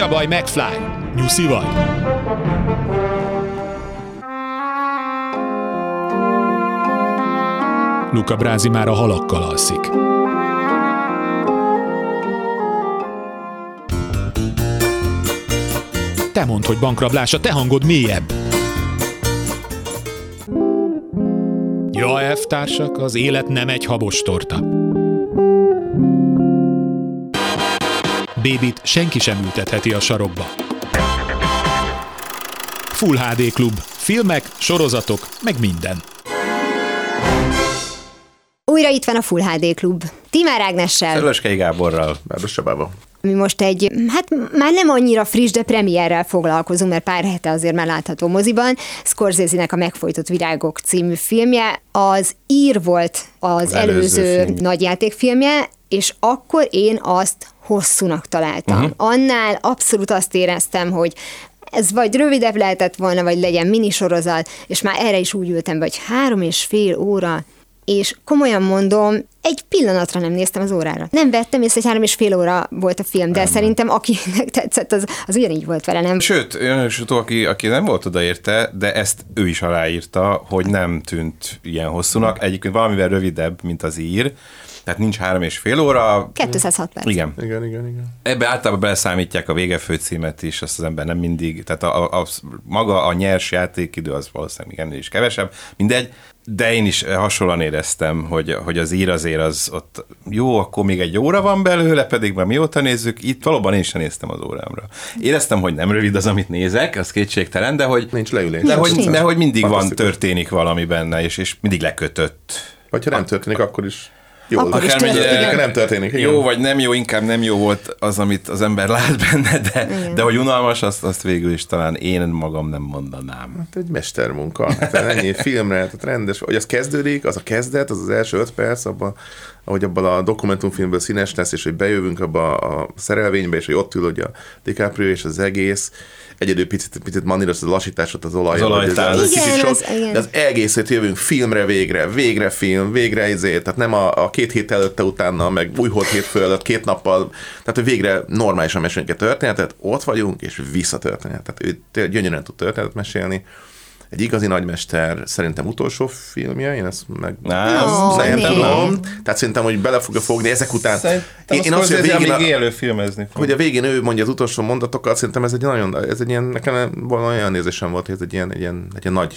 a baj, McFly? Nyuszi vagy? Luca Brasi már a halakkal alszik. Te mondd, hogy bankrablás, a te hangod mélyebb. Ja, elvtársak, az élet nem egy habos torta. Bébit senki sem ültetheti a sarokba. Full HD Klub. Filmek, sorozatok, meg minden. Újra itt van a Full HD Klub. Timár Ágnessel. Szörlöskei Gáborral, Bábos Csabával. Mi most egy, már nem annyira friss, de premierrel foglalkozunk, mert pár hete azért már látható moziban. Scorsese-nek a Megfojtott virágok című filmje. Az ír volt az előző nagyjátékfilmje, és akkor én azt hosszúnak találtam. Annál abszolút azt éreztem, hogy ez vagy rövidebb lehetett volna, vagy legyen minisorozat, és már erre is úgy ültem be, hogy 3,5 óra, és komolyan mondom, egy pillanatra nem néztem az órára. Nem vettem észre, hogy 3,5 óra volt a film, de nem. Szerintem akinek tetszett, az ugyanígy volt vele, nem? Sőt, olyan is aki nem volt odaérte, de ezt ő is aláírta, hogy nem tűnt ilyen hosszúnak. Egyébként valamivel rövidebb, mint az ír. Tehát nincs 3,5 óra. 206 perc. Igen. Igen. Ebbe általában beleszámítják a végefőcímet is, azt az ember nem mindig, tehát maga a nyers játékidő az valószínűleg ennél is kevesebb, mindegy, de én is hasonlóan éreztem, hogy az ír azért az ott jó, akkor még egy óra van belőle, pedig már mióta nézzük, itt valóban én sem néztem az órámra. Éreztem, hogy nem rövid az, amit nézek, az kétségtelen, de hogy nincs leülés. De hogy mindig történik valami benne, és mindig lekötött. Vagy ha nem történik, akkor is jó. Akármennyire nem történik. Igen. Jó vagy nem jó, inkább nem jó volt az, amit az ember lát benne, de hogy unalmas, azt végül is talán én magam nem mondanám. Hát egy mestermunka. Tehát ennyi filmre, tehát rendes, hogy az kezdődik, az a kezdet, az első 5 perc, ahogy abban a dokumentumfilmből színes lesz, és hogy bejövünk abba a szerelvénybe, és hogy ott ül hogy a DiCaprio, és az egész egyedül picit maníros az a lassításot az olajtán. De az egészet jövünk filmre végre film, végre ezért, tehát nem a 2 hét előtte utána, meg új hétfő előtt 2 nappal, tehát hogy végre normálisan mesélünk egy történetet, ott vagyunk, és visszatörténet. Tehát ő gyönyörűen tud történetet mesélni. Egy igazi nagymester, szerintem utolsó filmje, én ezt szerintem nem. Tehát szerintem, hogy bele fogja fogni ezek után. Én azt, hogy a végén élő filmezni fog. Hogy a végén ő mondja az utolsó mondatokat, szerintem ez egy ilyen, nekem olyan érzésem volt, hogy ez egy ilyen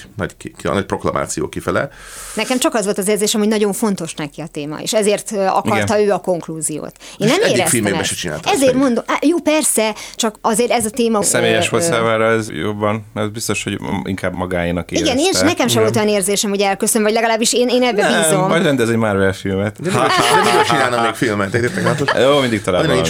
nagy proklamáció kifele. Nekem csak az volt az érzésem, hogy nagyon fontos neki a téma, és ezért akarta ő a konklúziót. Én nem éreztem ezt. Ezért mondom, jó, persze, csak azért ez a téma... Személyes volt számára ez jobban, ez biztos, hogy inkább magáénak érezte. Igen, és nekem sem volt olyan érzésem, hogy elköszön, vagy legalábbis én ebbe bízom. Majd rendez egy Marvel filmet. De mikor csinálna még filmet? Jó, mindig talál valamit.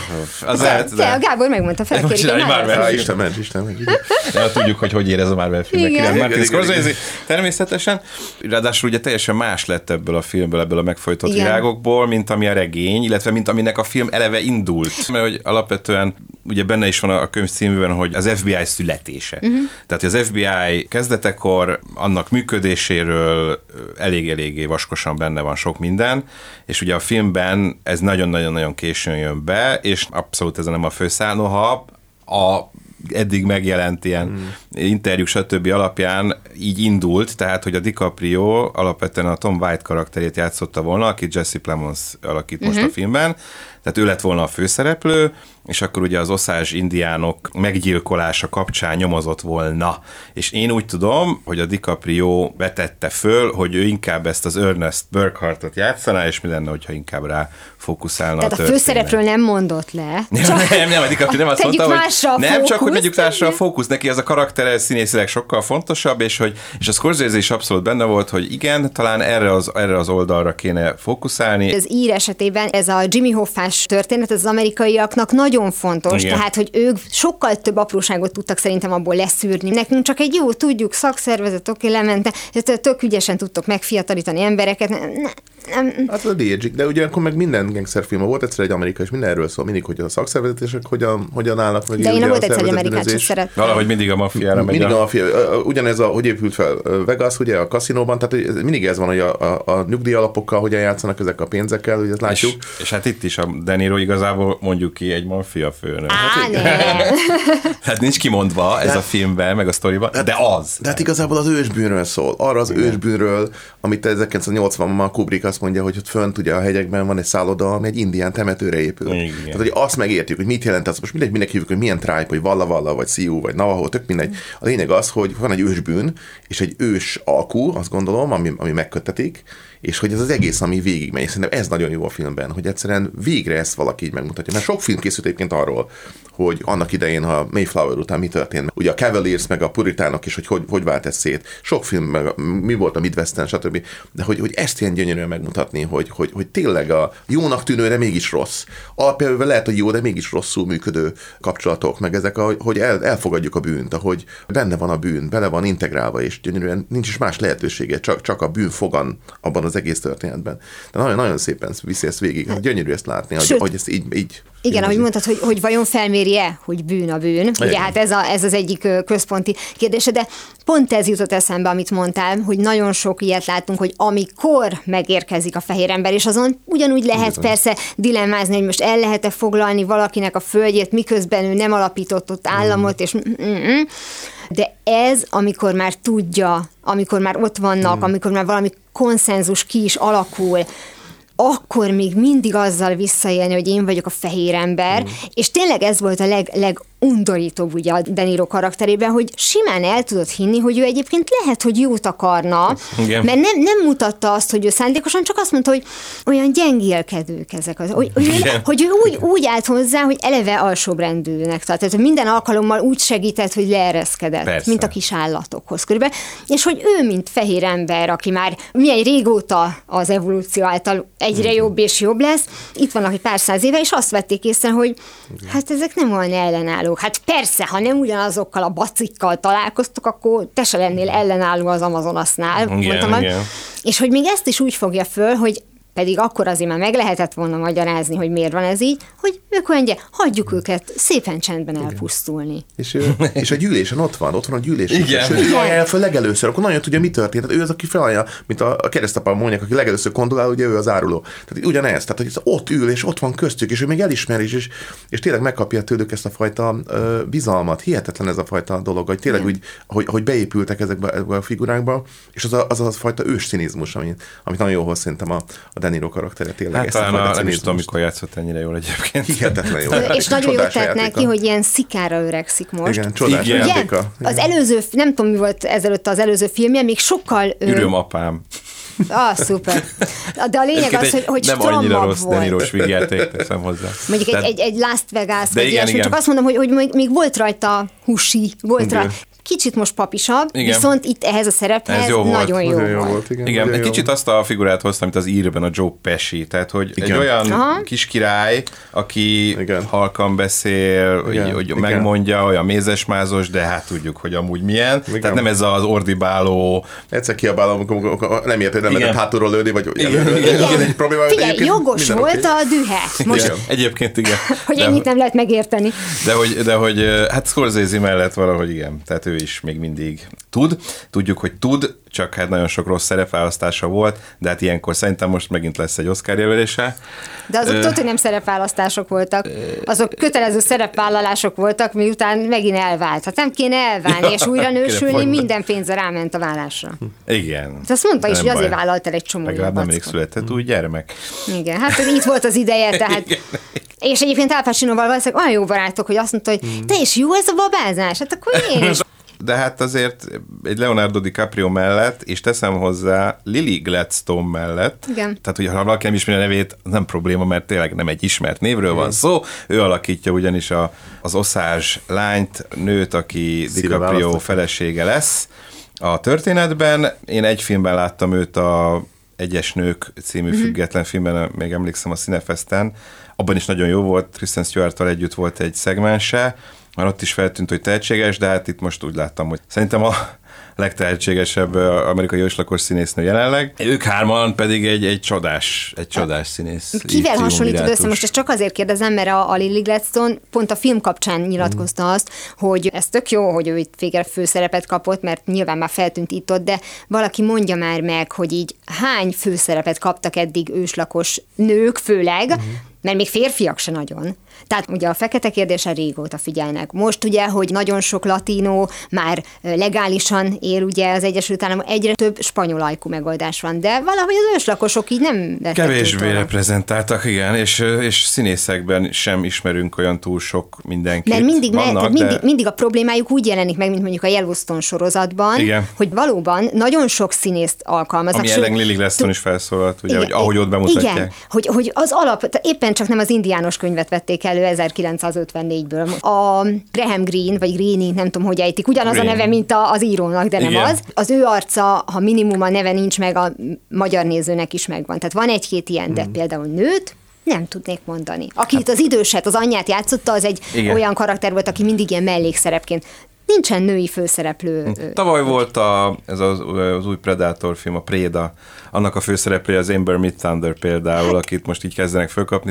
A Gábor megmondta fel, Isten. Tudjuk, hogy érez a Marvel filmek. Martin Scorsese természetesen. Ráadásul ugye teljesen más lett ebből a filmből, ebből a megfojtott virágokból, mint ami a regény, illetve mint aminek a film eleve indult. Mert hogy alapvetően ugye benne is van a könyv címűben, hogy az FBI születése. Tehát az FBI kezdetekor annak működéséről elég-eléggé vaskosan benne van sok minden, és ugye a filmben ez nagyon-nagyon-nagyon későn jön be, és abszolút ez nem a főszál, noha a eddig megjelent ilyen interjúk, stb. Alapján így indult, tehát, hogy a DiCaprio alapvetően a Tom White karakterét játszotta volna, akit Jesse Plemons alakít most a filmben, tehát ő lett volna a főszereplő, és akkor ugye az oszázs indiánok meggyilkolása kapcsán nyomozott volna. És én úgy tudom, hogy a DiCaprio vetette föl, hogy ő inkább ezt az Ernest Burkhardtot játszaná, és mi lenne, hogyha inkább rá fókuszálna a történet. Tehát a főszereplőről nem mondott le. Nem, a DiCaprio nem azt mondta, hogy nem, csak hogy megyük másra a fókusz. Neki ez a karakter színészileg sokkal fontosabb, és a Scorsese is abszolút benne volt, hogy igen, talán erre az oldalra kéne fókuszálni. Az ír esetében ez a Jimmy Hoffás történet, ez az amerikaiaknak nagyon fontos, igen. Tehát, hogy ők sokkal több apróságot tudtak szerintem abból leszűrni. Nekünk csak egy jó, tudjuk, szakszervezet, oké, lemente, tök ügyesen tudtok megfiatalítani embereket. Hát a DG, de ugye akkor meg minden gangsterfilm volt egyszer egy amerikai, és mindenről szól, mindig, hogy a szakszervezetések hogyan állnak meg. De én nem volt egyszer egy Amerikát sem szerettem. Valahogy mindig a maffiára megy. Mindig a maffia. Ugyanez, hogy épült fel Vegas, ugye a kaszinóban, tehát mindig ez van, hogy a nyugdíjalapokkal hogyan játszanak ezek a pénzekkel, ugye ezt látjuk. És hát itt is a De Niro igazából mondjuk ki egy maffia főnök. Hát nincs kimondva ez a filmben, meg a sztoriban, de az. De hát igazából az ősbűnről szól. Arra az ősbűnről, amit 1980-ban Kubrick azt mondja, hogy ott fönt ugye a hegyekben van egy szálloda, ami egy indián temetőre épül. Igen. Tehát, hogy azt megértjük, hogy mit jelent az. Most mindegy, minek hívjuk, hogy milyen tribe, hogy Walla, vagy Sioux, vagy Navajo, tök mindegy. A lényeg az, hogy van egy ősbűn, és egy ős alkú, azt gondolom, ami megköttetik, és hogy ez az egész, ami végigmegy. Szerintem ez nagyon jó a filmben, hogy egyszerűen végre ezt valaki így megmutatja. Mert sok film készült egyébként arról, hogy annak idején, ha Mayflower után mi történt. Ugye a Cavaliers meg a puritánok is, hogy vált ez szét. Sok film, meg mi volt a Midwestern, stb. De hogy ezt ilyen gyönyörűen megmutatni, hogy tényleg a jónak tűnő, de mégis rossz. Alapjában lehet, hogy jó, de mégis rosszul működő kapcsolatok, meg ezek, hogy elfogadjuk a bűnt, ahogy benne van a bűn, bele van integrálva, és gyönyörűen nincs is más lehetősége, csak a bűn fogan abban az egész történetben. De nagyon szépen viszi ezt végig. Hát gyönyörű ezt látni, hogy ezt így igen, ahogy mondtad, hogy vajon felméri-e, hogy bűn a bűn. Ugye hát ez az egyik központi kérdése, de pont ez jutott eszembe, amit mondtál, hogy nagyon sok ilyet látunk, hogy amikor megérkezik a fehér ember, és azon ugyanúgy lehet persze dilemmázni, hogy most el lehet-e foglalni valakinek a földjét, miközben ő nem alapított ott államot, és de ez, amikor már tudja, amikor már ott vannak, amikor már valami konszenzus ki is alakul, akkor még mindig azzal visszaélni, hogy én vagyok a fehér ember, és tényleg ez volt a legundorítóbb ugye a De Niro karakterében, hogy simán el tudod hinni, hogy ő egyébként lehet, hogy jót akarna, igen. Mert nem mutatta azt, hogy ő szándékosan, csak azt mondta, hogy olyan gyengélkedők ezek, hogy ő úgy állt hozzá, hogy eleve alsóbrendűnek tart. Tehát minden alkalommal úgy segített, hogy leereszkedett, persze, mint a kis állatokhoz körülbelül, és hogy ő, mint fehér ember, aki már milyen régóta az evolúció által egyre jobb és jobb lesz, itt vannak egy pár száz éve, és azt vették észre, hogy hát ezek nem olyan ellenállók. Hát persze, ha nem ugyanazokkal a bacikkal találkoztok, akkor te se lennél ellenálló az Amazonasnál, mondtam. És hogy még ezt is úgy fogja föl, hogy pedig akkor azért már meg lehetett volna magyarázni, hogy miért van ez így, hogy ők olyan hagyjuk őket szépen csendben elpusztulni. És a gyűlésen ott van a gyűlés. És ő ajánlja fel legelőször, akkor nagyon tudja, mi történt. Tehát ő az, aki felajánlja, mint a keresztapán mondják, aki legelőször kondolál, ugye ő az áruló. Tehát ugyanez, tehát hogy ott ül, és ott van köztük, és ő még elismer is, és tényleg megkapja tőlük ezt a fajta bizalmat. Hihetetlen ez a fajta dolog, hogy tényleg úgy, hogy beépültek ezekbe a figurákba, és az a fajta őscinizmus, amit nagyon jól hoz szerintem a De Niro karaktere tényleg. Hát talán nem is tudom, mikor játszott ennyire jól egyébként. Hihetetlen jó. És nagyon jól tett neki, hogy ilyen szikára öregszik most. Igen, csodás játéka. Az előző, nem tudom, mi volt ezelőtt az előző filmje, még sokkal... Ürömapám. Szuper. De a lényeg az, hogy nem annyira rossz De Nirós vígjáték, teszem hozzá. Mondjuk egy Las Vegas, vagy ilyesmi, csak azt mondom, hogy még volt rajta husi, volt rajta. Kicsit most papisabb, viszont itt ehhez a szerephez nagyon jó volt. Igen, egy kicsit azt a figurát hoztam, mint az Írben a Joe Pesci, tehát hogy egy olyan kis király, aki halkan beszél, hogy megmondja, olyan mézesmázos, de hát tudjuk, hogy amúgy milyen. Tehát nem ez az ordibáló... Egyszer kiabálom, amikor nem érted, nem lehet hátulról lőni, vagy egy probléma. Figyelj, jogos volt a dühe. Egyébként igen. Hogy ennyit nem lehet megérteni. De hogy hát Scorsese mellett valahogy igen, tehát ő is még mindig tudjuk, hogy tud, csak hát nagyon sok rossz szerepválasztása volt, de hát ilyenkor szerintem most megint lesz egy Oscar jelölése. De azok tudod, hogy nem szerepválasztások voltak, azok kötelező szerepvállalások voltak, miután megint elvált. Hát nem kéne elválni, és újra nősülni, minden pénze ráment a vállásra. Igen. Hát azt mondta is, hogy azért vállalt el egy csomó. Legalább nemrég született új gyermek. Igen, hát itt volt az ideje, tehát... És egyébként Al Pacinoval valószínűleg olyan jó barátok, hogy azt mondta, hogy te is jó ez a babázás, hát akkor én is. De hát azért egy Leonardo DiCaprio mellett, és teszem hozzá Lily Gladstone mellett, igen. Tehát, hogy ha valaki nem ismeri a nevét, nem probléma, mert tényleg nem egy ismert névről van szó. Ő alakítja ugyanis az Osage lányt, nőt, aki DiCaprio felesége lesz a történetben. Én egy filmben láttam őt, a Egyes nők című független filmben, még emlékszem a Cinefesten. Abban is nagyon jó volt, Kristen Stewarttal együtt volt egy szegmense, már ott is feltűnt, hogy tehetséges, de hát itt most úgy láttam, hogy szerintem a legtehetségesebb amerikai őslakos színésznő jelenleg. Ők hárman pedig egy csodás színész. Kivel hasonlítod össze? Most ezt csak azért kérdezem, mert a Lily Gladstone pont a film kapcsán nyilatkozta azt, hogy ez tök jó, hogy ő itt végre főszerepet kapott, mert nyilván már feltűnt itt-ott, de valaki mondja már meg, hogy így hány főszerepet kaptak eddig őslakos nők főleg, mert még férfiak se nagyon. Tehát ugye a fekete kérdésre régóta figyelnek. Most ugye, hogy nagyon sok latinó már legálisan él ugye az Egyesült Államok, egyre több spanyol ajkú megoldás van, de valahogy az őslakosok így nem lettek. Kevésbé reprezentáltak, igen, és színészekben sem ismerünk olyan túl sok mindenkit. Mert mindig a problémájuk úgy jelenik meg, mint mondjuk a Yellowstone sorozatban, igen, hogy valóban nagyon sok színészt alkalmaznak. Ami ellen Lily Gladstone is felszólalt, ugye, hogy ahogy ott bemutatják. Igen, hogy az alap, éppen csak nem az indiános könyvet vették elő 1954-ből. A Graham Greene, vagy Greene, nem tudom, hogy ejtik, ugyanaz Green a neve, mint az írónak, de nem igen, az. Az ő arca, ha minimum a neve nincs meg, a magyar nézőnek is megvan. Tehát van egy-két ilyen, de például nőt nem tudnék mondani. Aki itt az időset, az anyját játszotta, az egy olyan karakter volt, aki mindig ilyen mellékszerepként. Nincsen női főszereplő. Tavaly volt ez az új Predator film, a Préda, annak a főszereplője az Amber Midthunder például, akit most így kezdenek fölkapni,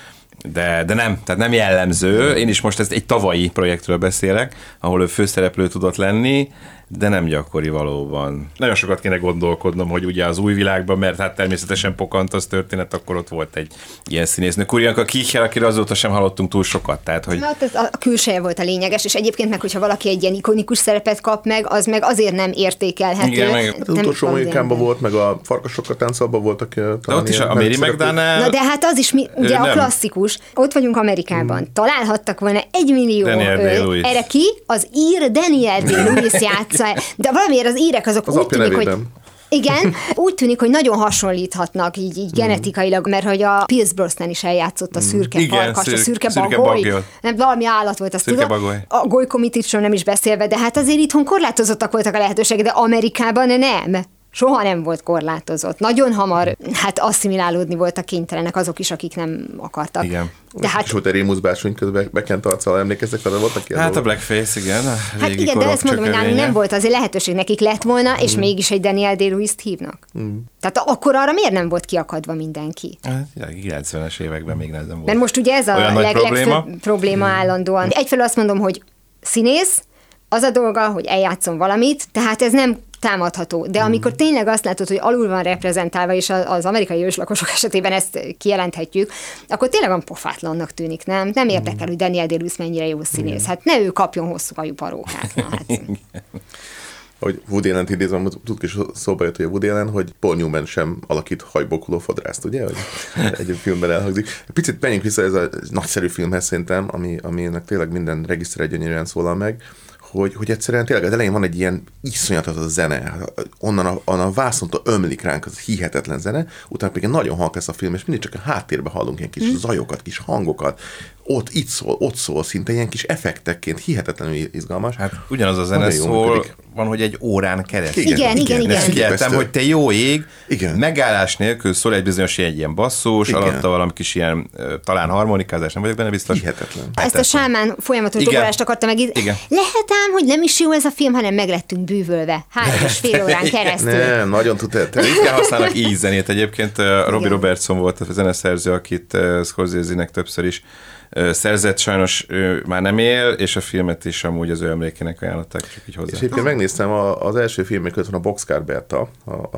de nem, tehát nem jellemző. Én is most egy tavalyi projektről beszélek, ahol ő főszereplő tudott lenni, de nem gyakori valóban. Nagyon sokat kéne gondolkodnom, hogy ugye az új világban, mert hát természetesen Pocahontas történet, akkor ott volt egy ilyen színésznő. Kurianka Kichel, akiről azóta sem hallottunk túl sokat. Tehát, hogy... Na, a külseje volt a lényeges, és egyébként meg, hogyha valaki egy ilyen ikonikus szerepet kap meg, az meg azért nem értékelhető. Igen, hát az utolsó Mohikánban volt, meg a Farkasokkal táncolban voltak. De ott is a Mary McDonnell. Na de hát az is ugye a klasszikus. Ott vagyunk Amerikában. Találhattak volna 1 millió erre ki, az ír Daniel Day-Lewis játsza. De valamiért az írek azok az úgy tűnik, hogy... Igen, úgy tűnik, hogy nagyon hasonlíthatnak így genetikailag, mert hogy a Pierce Brosnan is eljátszott a szürke farkas, a szürke bagoly. Nem, valami állat volt, azt tudom. A golykomititről nem is beszélve, de hát azért itthon korlátozottak voltak a lehetőségek, de Amerikában nem. Soha nem volt korlátozott. Nagyon hamar asszimilálódni voltak kénytelenek azok is, akik nem akartak. Igen. De hát... És volt egy Rémusz bársony közben bekent arccal, emlékeztek fel, voltak ilyen Hát a blackface, igen. Hát igen, de ezt mondom, hogy nálunk nem volt azért lehetőség, nekik lett volna, és mégis egy Daniel Day-Lewist hívnak. Tehát akkor arra miért nem volt kiakadva mindenki? Hát, 90-es években még nem volt. Mert most ugye ez a legfőbb probléma állandóan. Egyfelől azt mondom, hogy színész, az a dolga, hogy eljátszon valamit, tehát ez nem támadható. De amikor tényleg azt látod, hogy alul van reprezentálva, és az amerikai őslakosok esetében ezt kijelenthetjük, akkor tényleg van pofátlannak tűnik, nem? Nem érdekel, hogy Daniel Day-Lewis mennyire jó színész. Hát ne ő kapjon hosszú hajú parókát. Na, hát. Hogy Woody Allent idézem, tudjuk is szóba jött, hogy a Woody Allen, hogy Paul Newman sem alakít hajból fodrászt, ugye? Hogy egy filmben elhangzik. Picit menjünk vissza ez a nagyszerű filmhez szerintem, aminek tényleg minden regiszter gyönyörűen szólal meg, hogy egyszerűen tényleg az elején van egy ilyen iszonyatos a zene, onnan a vászontól ömlik ránk az hihetetlen zene, utána pedig nagyon halk lesz a film, és mindig csak a háttérben hallunk ilyen kis zajokat, kis hangokat, ott szól, szinte ilyen kis effektekként, hihetetlenül izgalmas. Hát ugyanaz a zene szól, van, hogy egy órán keresztül. Igen. Ezt figyeltem, hogy te jó ég, megállás nélkül szól egy bizonyos egy ilyen basszus, alatta valami kis ilyen talán harmonikázás, nem vagyok benne biztos. Hihetetlen. Ezt a sámán folyamatos dobolást akarta meg. Lehet ám, hogy nem is jó ez a film, hanem meg lettünk bűvölve 3,5 órán keresztül. Nem, nagyon ritkán használnak így zenét. Egyébként Robbie Robertson volt a zeneszerző, akit Scorsese-nek többször is szerzett, sajnos már nem él, és a filmet is amúgy az ő emlékének ajánlották, csak így hozzá. És egyébként megnéztem az első filmek között van a Boxcar Berta,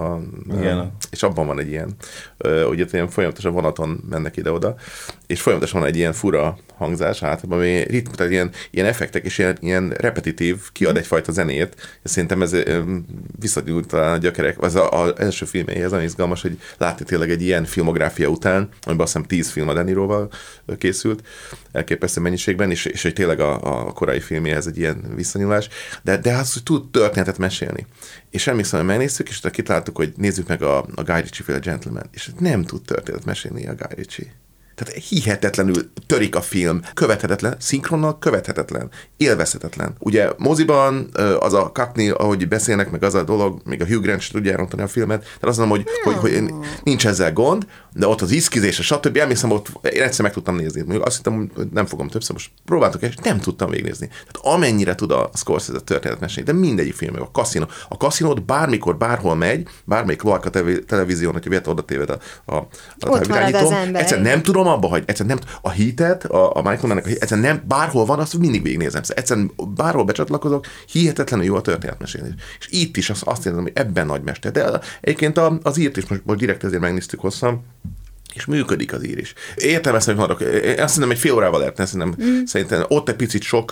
és abban van egy ilyen, ugye ilyen folyamatosan vonaton mennek ide-oda, és folyamatosan van egy ilyen fura hangzás, általában ami tehát ilyen effektek, és ilyen repetitív, kiad egyfajta zenét, és szerintem ez visszanyújt talán a gyökerek, az első filmjéhez nagyon izgalmas, hogy látni tényleg egy ilyen filmográfia után, amiben azt hiszem 10 film a De Niroval készült, elképesztő mennyiségben, és hogy tényleg a korai filmjéhez egy ilyen visszanyúlás, de az, hogy tud történetet mesélni. És emlékszem, hogy megnéztük, és kitaláltuk, hogy nézzük meg a Guy Ritchie-féle Gentleman, és nem tud történetet mesélni a Guy Ritchie. Tehát hihetetlenül törik a film, követhetetlen, szinkronnal követhetetlen, élvezhetetlen. Ugye moziban az a Cockney, ahogy beszélnek, meg az a dolog, még a Hugh Grant sem tudja elrontani a filmet, tehát azt mondom, hogy nincs ezzel gond, de ott az iszkizés, stb. Emlékszem, ott én egyszer meg tudtam nézni. Mondjuk azt hittem, hogy nem fogom többször, most próbáltuk, és nem tudtam végignézni. Tehát amennyire tud a Scorsese történet mesélni, de mindegyik film, a Casino. A Casino-t bármikor, bárhol megy, bármelyik lovarka televízión, hogyha véletlenül oda téved a világító. Egyszerűen nem tudom abba, hogy egyszerűen nem, a Heat-et, a Michael Mann-nek egyszerűen nem, bárhol van, azt mindig végignézem. Egyszerűen bárhol becsatlakozok, hihetetlenül jó a történetmesélés. És itt is azt érzem, hogy ebben nagy mester. De egyébként az írt is most direkt ezért megnéztük hosszan, és működik az ír is. Értem ezt, amit mondok. Azt hiszem, egy fél órával lehetne, szerintem ott egy picit sok,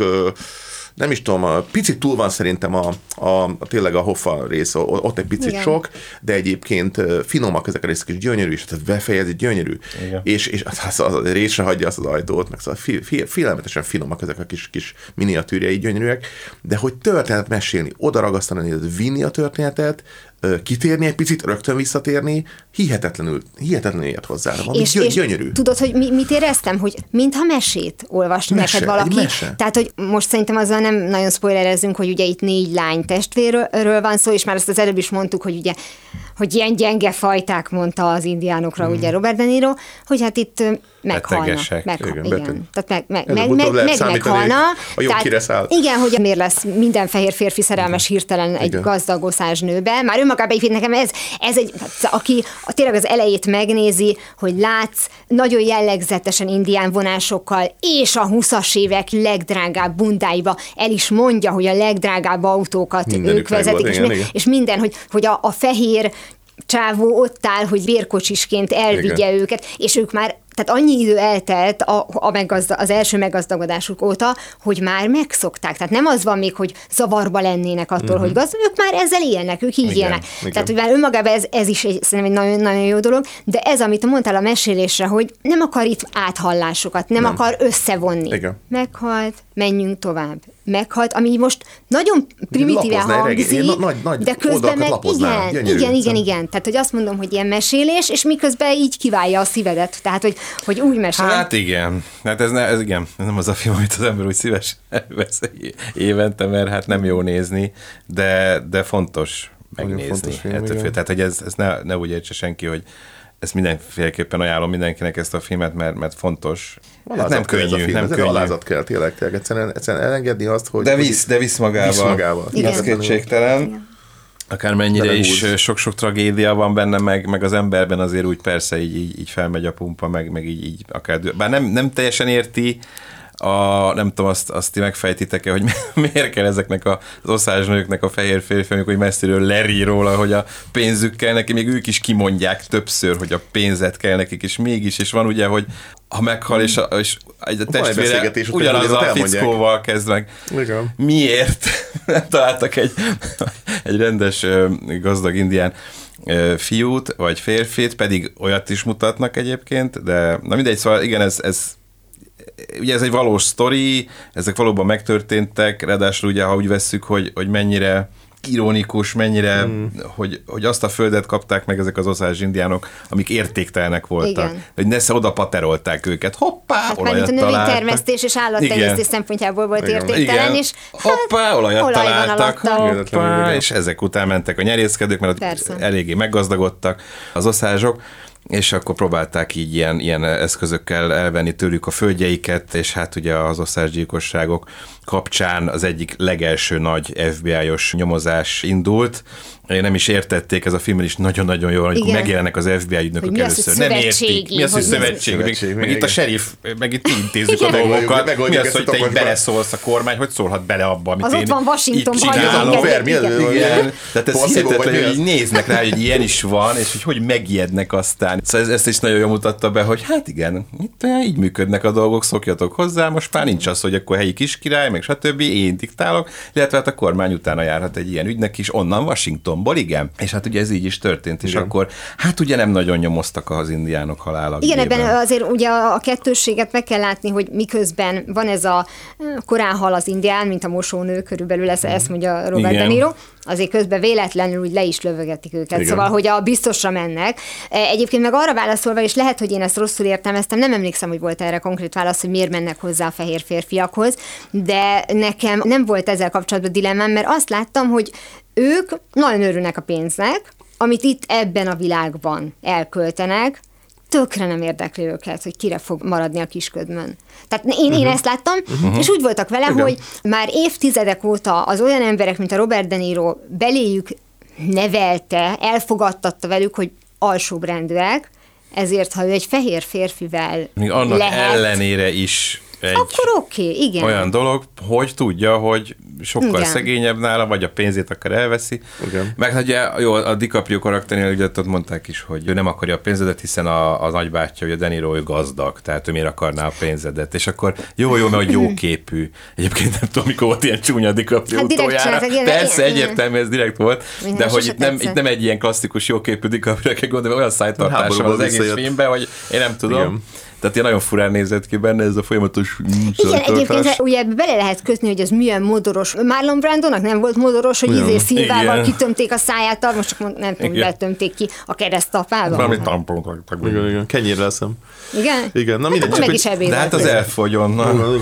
nem is tudom, picit túl van szerintem tényleg a Hoffa rész, ott egy picit sok, de egyébként finomak ezek a részek, és gyönyörű, és tehát befejezi, gyönyörű. És az részre hagyja azt az ajtót, meg szóval félelmetesen finomak ezek a kis miniatűrjei gyönyörűek, de hogy történetet mesélni, oda ragasztani, vinni a történetet, kitérni egy picit, rögtön visszatérni, hihetetlenül ért hozzá. És gyönyörű. Tudod, hogy mit éreztem? Hogy mintha mesét olvasni neked valaki. Tehát, hogy most szerintem azzal nem nagyon spoilerezzünk, hogy ugye itt 4 lány testvérről van szó, és már azt az előbb is mondtuk, hogy ugye, hogy ilyen gyenge fajták, mondta az indiánokra, ugye Robert De Niro, hogy hát itt meghalna. Igen. Tehát meghalna. A jó kireszáll. Igen, hogy miért lesz minden fehér férfi szerelmes hirtelen egy gazdag oszázs nőbe. Már önmagában így nekem ez egy, aki tényleg az elejét megnézi, hogy látsz nagyon jellegzetesen indián vonásokkal, és a 20-as évek legdrágább bundáiba el is mondja, hogy a legdrágább autókat ők vezetik, és minden, hogy a fehér csávó ott áll, hogy bérkocsisként elvigye őket, és ők már, tehát annyi idő eltelt az első meggazdagodásuk óta, hogy már megszokták. Tehát nem az van még, hogy zavarba lennének attól, hogy gazdag, ők már ezzel élnek, ők így élnek. Tehát, hogy már önmagában ez is szerintem egy nagyon, nagyon jó dolog, de ez, amit mondtál a mesélésre, hogy nem akar itt áthallásokat, nem akar összevonni. Meghalt, menjünk tovább. Meghalt, ami most nagyon primitíven hangzik, de közben meg igen. Tehát, hogy azt mondom, hogy ilyen mesélés, és miközben így kiválja a szívedet. Tehát, hogy úgy mesél. Hát igen. Hát ez nem az a film, amit az ember úgy szívesen vesz évente, mert hát nem jó nézni, de fontos megnézni. Fontos film, tehát, hogy ez ne úgy értse senki, hogy ezt mindenféleképpen ajánlom mindenkinek ezt a filmet, mert fontos. Hát nem könnyű, nem könnyű. Alázat kell tényleg egyszerűen elengedni azt, hogy... De visz magával. Ez kétségtelen. Akármennyire is sok-sok tragédia van benne, meg az emberben azért úgy persze így felmegy a pumpa, meg így akár... Bár nem teljesen érti, nem tudom, azt ti megfejtitek-e, hogy miért kell ezeknek az oszázsnőknek a fehér férfiak, hogy messziről lerí róla, hogy a pénzük kell neki, még ők is kimondják többször, hogy a pénzet kell nekik, és mégis, és van ugye, hogy ha meghal, és a testvére ugyanazzal a fickóval kezd meg. Igen. Miért? Találtak egy rendes gazdag indián fiút, vagy férfit, pedig olyat is mutatnak egyébként, de na mindegy, szóval igen, ugye ez egy valós sztori, ezek valóban megtörténtek, ráadásul ugye, ha úgy vesszük, hogy mennyire ironikus, mennyire, hogy azt a földet kapták meg ezek az oszázs indiánok, amik értéktelenek voltak. Igen. Hogy nesze oda paterolták őket. Hoppá, hát olajat találtak. A növénytermesztés és állattenyésztés szempontjából volt értéktelen, és hoppá, olajat találtak. Hoppá, és ezek után mentek a nyerészkedők, mert eléggé meggazdagodtak az oszázsok, és akkor próbálták így ilyen eszközökkel elvenni tőlük a földjeiket, és hát ugye az oszázsgyilkosságok kapcsán az egyik legelső nagy FBI-os nyomozás indult. Nem is értették, ez a filmben is nagyon-nagyon jól, amikor megjelennek az FBI ügynökök először. Nem értik. Mi az, hogy szövetség? Meg itt a sheriff, meg itt intézzük a dolgokat. Mi az, hogy te így beleszólsz a kormány, hogy szólhat bele abba, amit én itt csinálok. Igen. Tehát ez hihetetlen, hogy így néznek rá, hogy ilyen is van, és hogy megijednek aztán. Szóval ezt is nagyon jól mutatta be, hogy hát igen, itt így működnek a dolgok, szokjatok hozzá, most már nincs az, hogy akkor helyi kiskirály, meg stb. Én diktálok, illetve hát a kormány utána járhat egy ilyen ügynek is, onnan Washingtonból, igen. És hát ugye ez így is történt, és akkor hát ugye nem nagyon nyomoztak az indiánok halála. Igen, ebben azért ugye a kettősséget meg kell látni, hogy miközben van ez a korán hal az indián, mint a mosónő, körülbelül ezt mondja Robert De Niro, azért közben véletlenül úgy le is lövögetik őket. Igen. Szóval, hogy a biztosra mennek. Egyébként meg arra válaszolva, és lehet, hogy én ezt rosszul értelmeztem, nem emlékszem, hogy volt erre konkrét válasz, hogy miért mennek hozzá a fehér férfiakhoz, de nekem nem volt ezzel kapcsolatban dilemmám, mert azt láttam, hogy ők nagyon örülnek a pénznek, amit itt ebben a világban elköltenek, tökre nem érdekli őket, hogy kire fog maradni a kisködmön. Tehát én ezt láttam, és úgy voltak vele, hogy már évtizedek óta az olyan emberek, mint a Robert De Niro beléjük nevelte, elfogadtatta velük, hogy alsóbrendűek, ezért, ha ő egy fehér férfivel még annak lehet, ellenére is akkor oké, igen. olyan dolog, hogy tudja, hogy sokkal szegényebb nála, vagy a pénzét akar elveszi. Igen. Meg ugye, jó, a DiCaprio karakternél ugye ott mondták is, hogy ő nem akarja a pénzedet, hiszen a nagybátyja, ugye De Niro, ő gazdag, tehát ő miért akarná a pénzedet. És akkor jó, mert hogy jóképű. Egyébként nem tudom, mikor volt ilyen csúnya DiCaprio utójára. Persze, egyértelmű, ez direkt volt, de hogy itt nem egy ilyen klasszikus jóképű DiCaprio kell gondolni, olyan szájtartása van az egész filmben, hogy én nem tudom. Igen. Tehát ilyen nagyon furán nézett ki benne ez a folyamatos... Igen, egyébként ugye bele lehet kötni, hogy ez milyen modoros. Marlon Brandonak nem volt modoros, hogy szilvával kitömték a száját, most csak nem tudom, hogy betömték ki a keresztapával. Valami tampont. Igen, kenyérre leszem. Igen? Igen, na mindegy. Meg is ebédelt. De hát az elfogyon.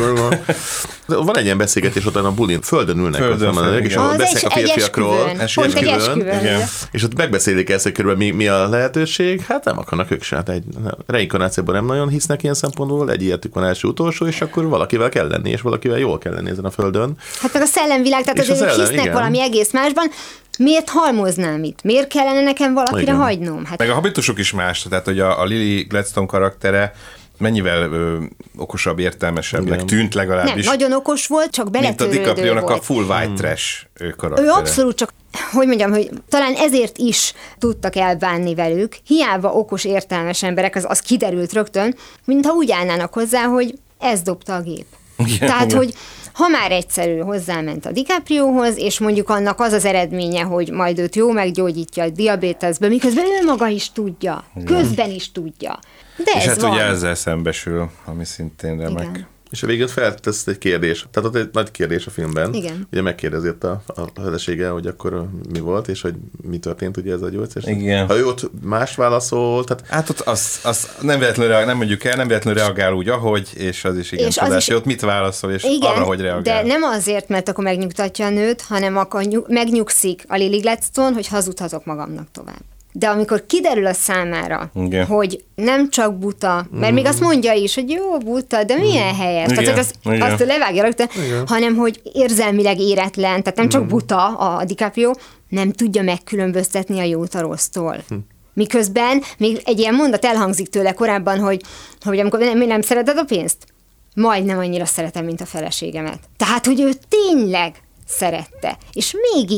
Van egy ilyen beszélgetés ott a bulin, földön ülnek. És ott beszélnek a férfiakról. Pont egy esküvőn. És ott megbeszélik ezt, hogy körülbelül mi a lehetőség. Hát nem akarnak ők se. Hát egy reinkarnációban nem nagyon hisznek ilyen szempontból, egy életük van első-utolsó, és akkor valakivel kell lenni, és valakivel jól kell lenni ezen a földön. Hát meg a szellemvilág, tehát azért ők hisznek valami egész másban. Miért halmoznám itt? Miért kellene nekem valakire hagynom? Hát... Meg a habitusok is más, tehát hogy a Lily Gladstone karaktere mennyivel okosabb, értelmesebbnek tűnt legalábbis. Nem, nagyon okos volt, csak beletörődő volt. Mint a DiCaprio-nak a full white trash karaktere. Ő abszolút csak, hogy mondjam, hogy talán ezért is tudtak elbánni velük, hiába okos, értelmes emberek, az kiderült rögtön, mintha úgy állnának hozzá, hogy ez dobta a gép. Igen, tehát, hogy ha már egyszerű hozzáment a DiCapriohoz, és mondjuk annak az az eredménye, hogy majd őt jó meggyógyítja a diabéteszből, miközben ő maga is tudja, közben is tudja. De és ez hát van. ugye ezzel szembesül, ami szintén remek. Igen. És a végül feltesz egy kérdés. Tehát ott egy nagy kérdés a filmben. Igen. Ugye megkérdezi ott a felesége, hogy akkor mi volt, és hogy mi történt ugye ez a gyógyszer. Igen. Ha ő ott más válaszol, tehát... Hát ott az nem véletlenül nem mondjuk el, nem véletlenül reagál úgy, ahogy, és az is igen csodás, hogy ott mit válaszol, és igen, arra, hogy reagál. De nem azért, mert akkor megnyugtatja a nőt, hanem akkor megnyugszik a Lily Gladstone, hogy hazudhatok magamnak tovább. De amikor kiderül a számára, hogy nem csak buta, mert még azt mondja is, hogy jó, buta, de milyen helyes. Tehát azt levágja rögtön, hanem hogy érzelmileg éretlen, tehát nem csak buta a DiCaprio, nem tudja megkülönböztetni a jót a rossztól. Miközben még egy ilyen mondat elhangzik tőle korábban, hogy amikor nem szereted a pénzt? Majdnem annyira szeretem, mint a feleségemet. Tehát, hogy ő tényleg szerette. És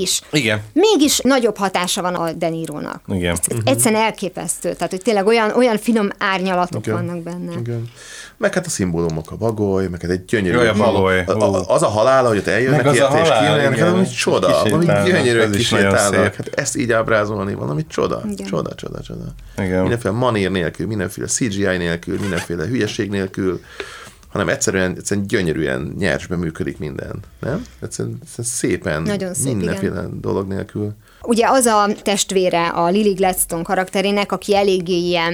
mégis nagyobb hatása van a De Nirónak. Igen. Egyszerűen elképesztő. Tehát, hogy tényleg olyan finom árnyalatok vannak benne. Igen. Meg hát a szimbólumok, a bagoly, meg hát egy gyönyörű. A bagoly. Az a halála, hogy ott eljönnek érte és kijönnek, hát valami csoda, valami gyönyörűen kisétálnak. Hát ezt így ábrázolni, valami csoda. Csoda. Igen. Mindenféle manér nélkül, mindenféle CGI nélkül, mindenféle hülyeség nélkül, hanem egyszerűen gyönyörűen nyersben működik minden, nem? Egyszerűen szépen, nagyon szép, mindenféle dolog nélkül. Ugye az a testvére a Lily Gladstone karakterének, aki eléggé ilyen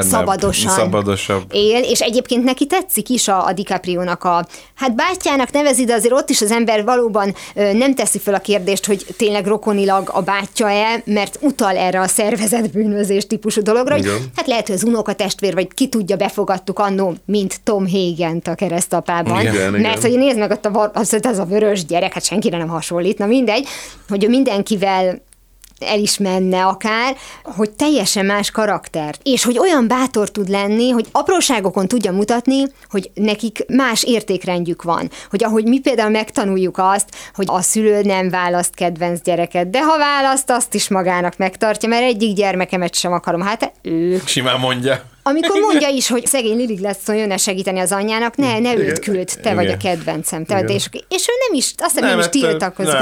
szabadosabb él, és egyébként neki tetszik is a DiCaprio-nak hát bátyjának nevezi, de azért ott is az ember valóban nem teszi fel a kérdést, hogy tényleg rokonilag a bátyja-e, mert utal erre a szervezetbűnözés típusú dologra, hogy hát lehet, hogy az unokatestvér, vagy ki tudja, befogadtuk annó, mint Tom Hagen-t a Keresztapában, mert hogy nézd meg ott ez a vörös gyerek, hát senkire nem hasonlít, na mindegy, hogy mindenkivel el is menne akár, hogy teljesen más karakter. És hogy olyan bátor tud lenni, hogy apróságokon tudja mutatni, hogy nekik más értékrendjük van. Hogy ahogy mi például megtanuljuk azt, hogy a szülő nem választ kedvenc gyereket, de ha választ, azt is magának megtartja, mert egyik gyermekemet sem akarom. Hát ő... Simán mondja. Amikor mondja is, hogy szegény Lily Gladstone jönne segíteni az anyjának, ne őt küld, te vagy a kedvencem. És ő nem is, azt hiszem nem is tiltakozik.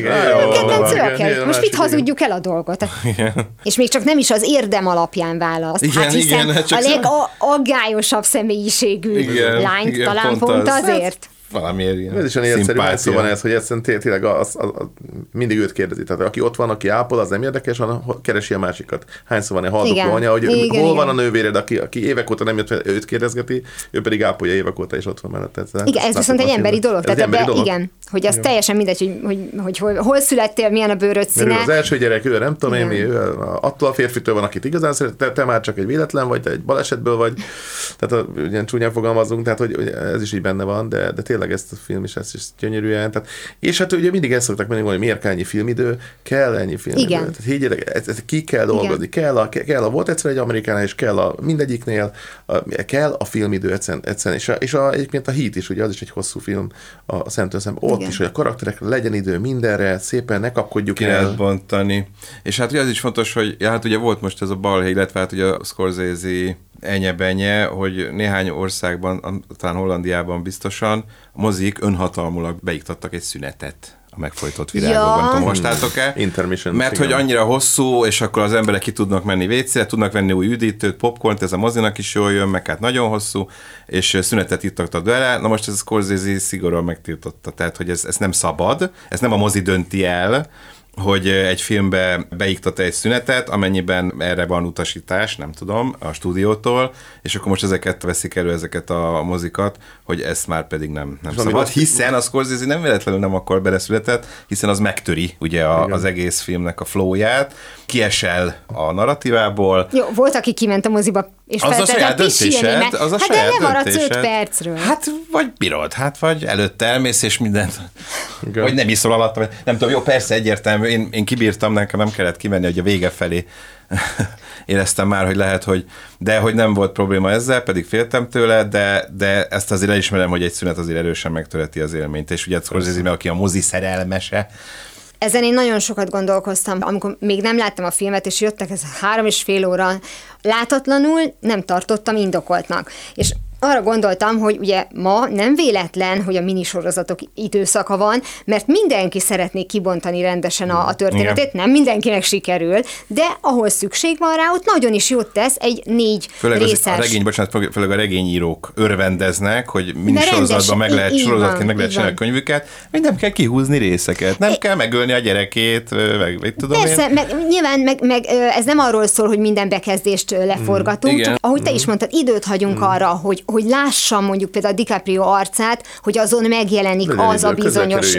Most mit hazudjuk el a dolgot? És még csak nem is az érdem alapján választ. Hiszen a legaggályosabb személyiségű lányt talán pont azért. valamiért ilyen ez is olyan egyszerű, hányszor van ez, hogy egyszerűen tényleg mindig őt kérdezi. Tehát aki ott van, aki ápol, az nem érdekes, hanem keresi a másikat. Hányszor van egy haldokló anya, hogy hol van a nővéred, aki évek óta nem jött, őt kérdezgeti, ő pedig ápolja évek óta, és ott van mellette. Igen, ez viszont egy emberi dolog. Igen, hogy az teljesen mindegy, hogy hol születtél, milyen a bőröd színe. Az első gyerek, ő nem tudom én, attól a férfitől van, akit igazán szeret, te már csak egy véletlen vagy, te egy balesetből vagy. Tehát ugyan csúnyán fogalmazunk, tehát hogy ez is így benne van, de tényleg ezt a film is, ezt is gyönyörűen. Tehát, és hát ugye mindig ezt szokták mondani, hogy miért kell ennyi filmidő, kell ennyi filmidő. Igen. Tehát higgyétek, ki kell dolgozni, kell a volt egyszer egy amerikánál, és kell a mindegyiknél, kell a filmidő egyszerűen. És egyébként a Heat is, ugye az is egy hosszú film a szemtől szemben. Ott is, hogy a karakterekre legyen idő mindenre, szépen ne kapkodjuk el. Ki lehet bontani. És hát ugye az is fontos, hogy hát ugye volt most ez a balhé, illetve hát ugye a Scorsese enye-benye, hogy néhány országban, talán Hollandiában biztosan, a mozik önhatalmulag beiktattak egy szünetet a megfojtott virágokban. Tudom, mostátok-e? Intermission. Mert hogy annyira hosszú, és akkor az emberek ki tudnak menni vécére, tudnak venni új üdítőt, popcornt, ez a mozinak is jól jön, meg hát nagyon hosszú, és szünetet ittaktak bele. Na most ez a Scorsese szigorúan megtiltotta, tehát hogy ez nem szabad, ez nem a mozi dönti el, hogy egy filmbe beiktat egy szünetet, amennyiben erre van utasítás, nem tudom, a stúdiótól, és akkor most ezeket veszik elő, ezeket a mozikat, hogy ezt már pedig nem szabad, hiszen a Scorsese nem véletlenül nem akar beleszületet, hiszen az megtöri ugye az egész filmnek a flowját, kiesel a narratívából. Jó, volt, aki kiment a moziba, és feltetett pisilni, az a hát saját de lemaradsz 5 percről. Hát vagy bírod, vagy előtte elmész, és mindent, vagy nem iszol alatt, nem tudom, jó, persze egyértelmű, én kibírtam, nekem nem kellett kimenni, hogy a vége felé éreztem már, hogy lehet, hogy nem volt probléma ezzel, pedig féltem tőle, de ezt azért elismerem, hogy egy szünet azért erősen megtöreti az élményt, és ugye Scorsese, aki a mozi szerelmese. Ezen én nagyon sokat gondolkoztam, amikor még nem láttam a filmet, és jöttek ez 3,5 óra, látatlanul nem tartottam indokoltnak. És arra gondoltam, hogy ugye ma nem véletlen, hogy a minisorozatok időszaka van, mert mindenki szeretné kibontani rendesen a történetét, igen. Nem mindenkinek sikerül, de ahol szükség van rá, ott nagyon is jót tesz egy 4 részes. Főleg a regényírók örvendeznek, hogy minisorozatban meg lehet sorozatként meg lehet csinálni a könyvüket, hogy nem kell kihúzni részeket, nem kell megölni a gyerekét, meg tudom persze, nyilván meg ez nem arról szól, hogy minden bekezdést leforgatunk, csak ahogy te is mondtad, időt hagyunk arra, hogy lássam mondjuk például a DiCaprio arcát, hogy azon megjelenik az a bizonyos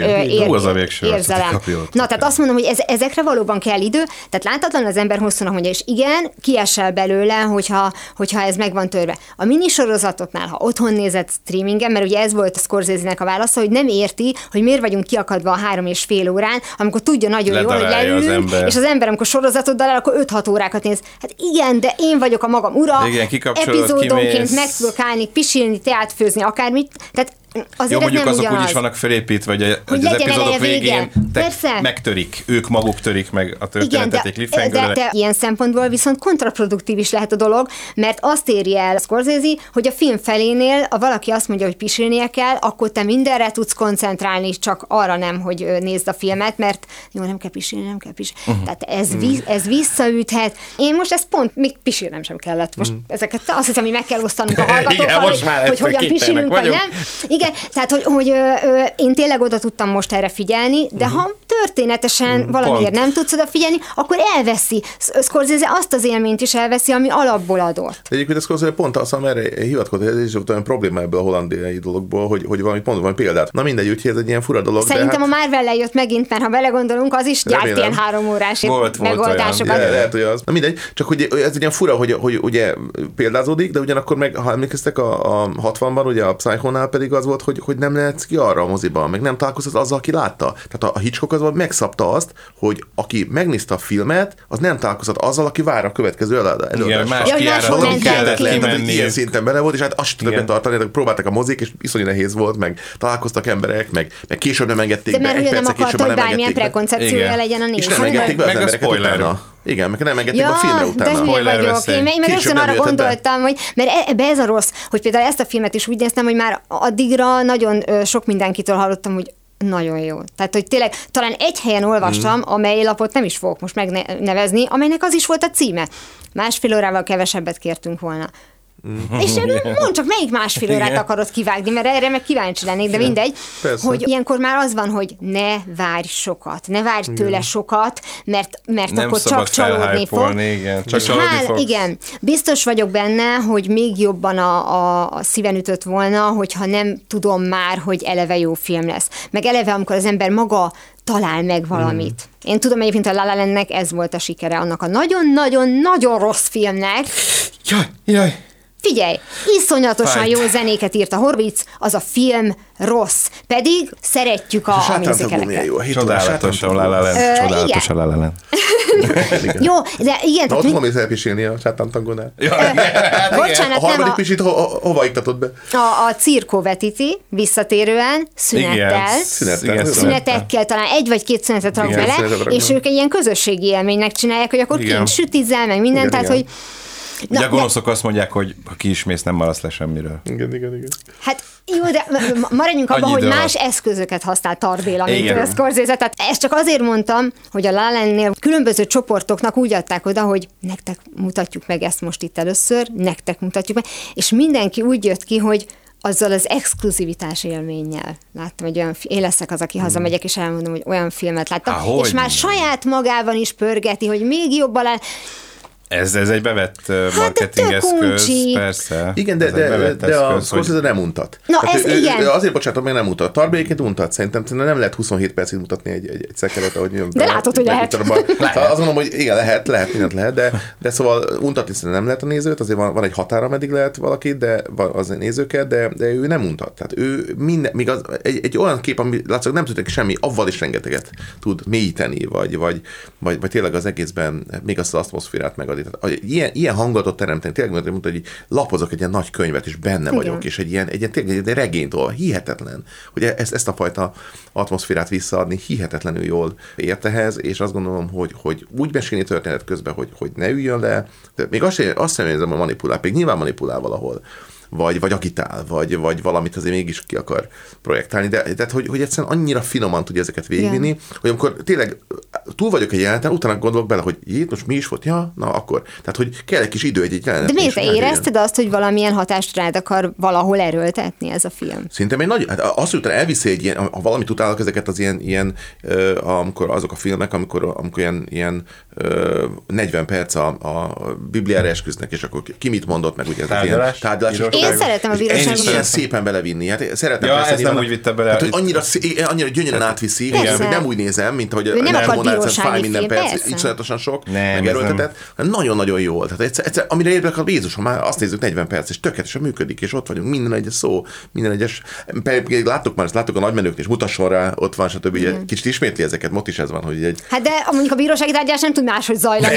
érzelem. Na, tehát azt mondom, hogy ezekre valóban kell idő, tehát láthatatlan az ember hosszúnak mondja, és igen, kiesel belőle, hogyha ez meg van törve. A minisorozatoknál, ha otthon nézett streamingen, mert ugye ez volt a Scorsese-nek a válasza, hogy nem érti, hogy miért vagyunk kiakadva a 3,5 órán, amikor tudja nagyon jól, hogy leülünk, és az ember, amikor sorozatot dalál, akkor 5-6 órákat néz. Hát igen, de én vagyok a magam ura, epizódonként meg tudok állni, pisilni, teát főzni, akármit. Tehát jó, mondjuk azok úgy is vannak felépítve, hogy az epizódok végén megtörik, ők maguk törik meg a történetet egy cliffhangerre. De ilyen szempontból viszont kontraproduktív is lehet a dolog, mert azt éri el Scorsese, hogy a film felénél, ha valaki azt mondja, hogy pisilnie kell, akkor te mindenre tudsz koncentrálni, csak arra nem, hogy nézd a filmet, mert jó, nem kell pisilni. Tehát ez visszaüthet. Én most ezt pont, még pisilnem sem kellett. Most ezeket azt hiszem, hogy meg kell osztanunk a hallgatókkal, hogy hogyan pisilünk, vagy nem. Igen, tehát, hogy én tényleg oda tudtam most erre figyelni, de ha történetesen valamiért nem tudsz oda figyelni, akkor elveszi. Scorsese azt az élményt is elveszi, ami alapból adott. Egyébként a Scorsese pont azt, erre hivatkozott, hogy ez is olyan probléma ebből a hollandiai dologból, hogy valami példát. Na mindegy, úgyhogy ez egy ilyen fura dolog. Szerintem a Marvel-lel jött megint, mert ha belegondolunk, az is gyárt ilyen 3 órás megoldásokat. Lehet, hogy az. Na mindegy, csak hogy ez ilyen fura, hogy ugye példázódik, de ugyanakkor meg, ha emlékeztek a 60-ban, ugye a Psychonál pedig az volt, hogy nem lehetsz ki arra a moziban, meg nem találkozott azzal, aki látta. Tehát a Hitchcock az megszabta azt, hogy aki megnézte a filmet, az nem találkozott azzal, aki vár a következő előadásra. Igen, más kiáraton kellett kimenni. Ilyen szinten benne volt, és hát azt sem tudtak tartani, próbáltak a mozik, és iszonyú nehéz volt, meg találkoztak emberek, meg később nem engedték be, egy perccel később nem bármilyen prekoncepciója legyen a néző. És nem engedték be az embereket utána. Igen, meg nem engedték a filmre utána. Én meg rögtön arra gondoltam, hogy mert ebbe ez a rossz, hogy például ezt a filmet is úgy néztem, hogy már addigra nagyon sok mindenkitől hallottam, hogy nagyon jó. Tehát, hogy tényleg talán egy helyen olvastam, amely lapot nem is fogok most megnevezni, amelynek az is volt a címe. 1,5 órával kevesebbet kértünk volna. És mondd csak, melyik másfél órát akarod kivágni, mert erre meg kíváncsi lennék, de mindegy, hogy ilyenkor már az van, hogy ne várj sokat, ne várj tőle sokat, mert akkor csak csalódni fog. Igen, biztos vagyok benne, hogy még jobban a szíven ütött volna, hogyha nem tudom már, hogy eleve jó film lesz. Meg eleve, amikor az ember maga talál meg valamit. Én tudom egyébként, a La La Landnek ez volt a sikere, annak a nagyon-nagyon-nagyon rossz filmnek. Jaj. Figyelj, iszonyatosan jó zenéket írt a Horvitz, az a film rossz, pedig szeretjük a musicaleket. Csodálatos a La La Land. Csodálatos a La La Land. Jó, de igen. Na, ott fogom észre pisilni a Sátántangonál. Bocsánat, a harmadik pisit hova iktatod be? A Circo vetíti, visszatérően, szünetekkel, talán 1 vagy 2 szünetet rak bele, és ők egy ilyen közösségi élménynek csinálják, hogy akkor kint sütizzel, meg minden, tehát hogy ugye a gonoszok azt mondják, hogy ha kiismész, nem maradsz le semmiről. Igen. Hát jó, de maradjunk abban, hogy más eszközöket használ Tarbéla, mint Scorsese. Tehát ezt csak azért mondtam, hogy a La La Landnél különböző csoportoknak úgy adták oda, hogy nektek mutatjuk meg ezt most itt először, nektek mutatjuk meg, és mindenki úgy jött ki, hogy azzal az exkluzivitás élménnyel. Láttam, hogy én leszek az, aki hazamegyek, és elmondom, hogy olyan filmet láttam. És már saját magában is pörgeti, hogy még jobban Ez egy bevett marketing eszköz, persze. Igen, de a Scorsese nem mutat. Na, ez igen. Azért bocsánatom, még nem mutat. Tarbélyéket mutat. Szerintem nem lehet 27 percig mutatni egy szekeret, ahogy jön. De látod, hogy lehet. Azt mondom, hogy igen, lehet, mindent lehet, de szóval untatni szerintem nem lehet a nézőt, azért van egy határa, meddig lehet valakit, de az nézőket, de ő nem untat. Tehát ő minden, még egy olyan kép, ami látszik, nem tud semmi, avval is rengeteget tud mélyíteni, vagy tényleg az egészben még azt az atmoszférát megadni. Ilyen hangulatot teremteni, tényleg mondta, hogy lapozok egy ilyen nagy könyvet, és benne vagyok, és egy ilyen regényt olva. Hihetetlen, hogy ezt a fajta atmoszférát visszaadni, hihetetlenül jól ért ehhez, és azt gondolom, hogy úgy mesélni történet közben, hogy ne üljön le, de még azt sem érzem, hogy manipulál, még nyilván manipulál valahol, vagy agitál, vagy valamit azért mégis ki akar projektálni, de hogy egyszerűen annyira finoman tudja ezeket végigvinni, hogy amikor tényleg túl vagyok egy jeleneten, utána gondolok bele, hogy most mi is volt? Ja, na akkor. Tehát, hogy kell egy kis idő egy jelenet. De miért érezted azt, hogy valamilyen hatást rád akar valahol erőltetni ez a film? Szerintem egy nagy, azt, hogy utána elviszi egy ilyen, ha valamit utálok ezeket az ilyen amikor azok a filmek, amikor ilyen 40 perc a Bibliára esküsznek, és akkor ki mit mondott, meg ugye ez ilyen tárgyalás. Én szeretem a bíróságot. Ilyen szépen belevinni. Hát szeretem ez nem úgy vitte bele. Hát, hogy annyira gyönyörűen átviszi, hogy nem úgy nézem, mint hogy elmondanád, ez fáj minden perc, iszonyatosan sok, megerőltetett. Nagyon-nagyon jól. Tehát egyszer, amire érdekel a Jézus, ha már azt nézzük 40 perc, és tökéletesen működik, és ott vagyunk, minden egyes szó, minden egyes. Láttuk a nagymenőknél, és mutasson rá, ott van, stb. Ugye kicsit ismétli ezeket, most is ez van, hogy egy. Hát de mondjuk a bírósági tárgyalás nem tud máshogy zajlani.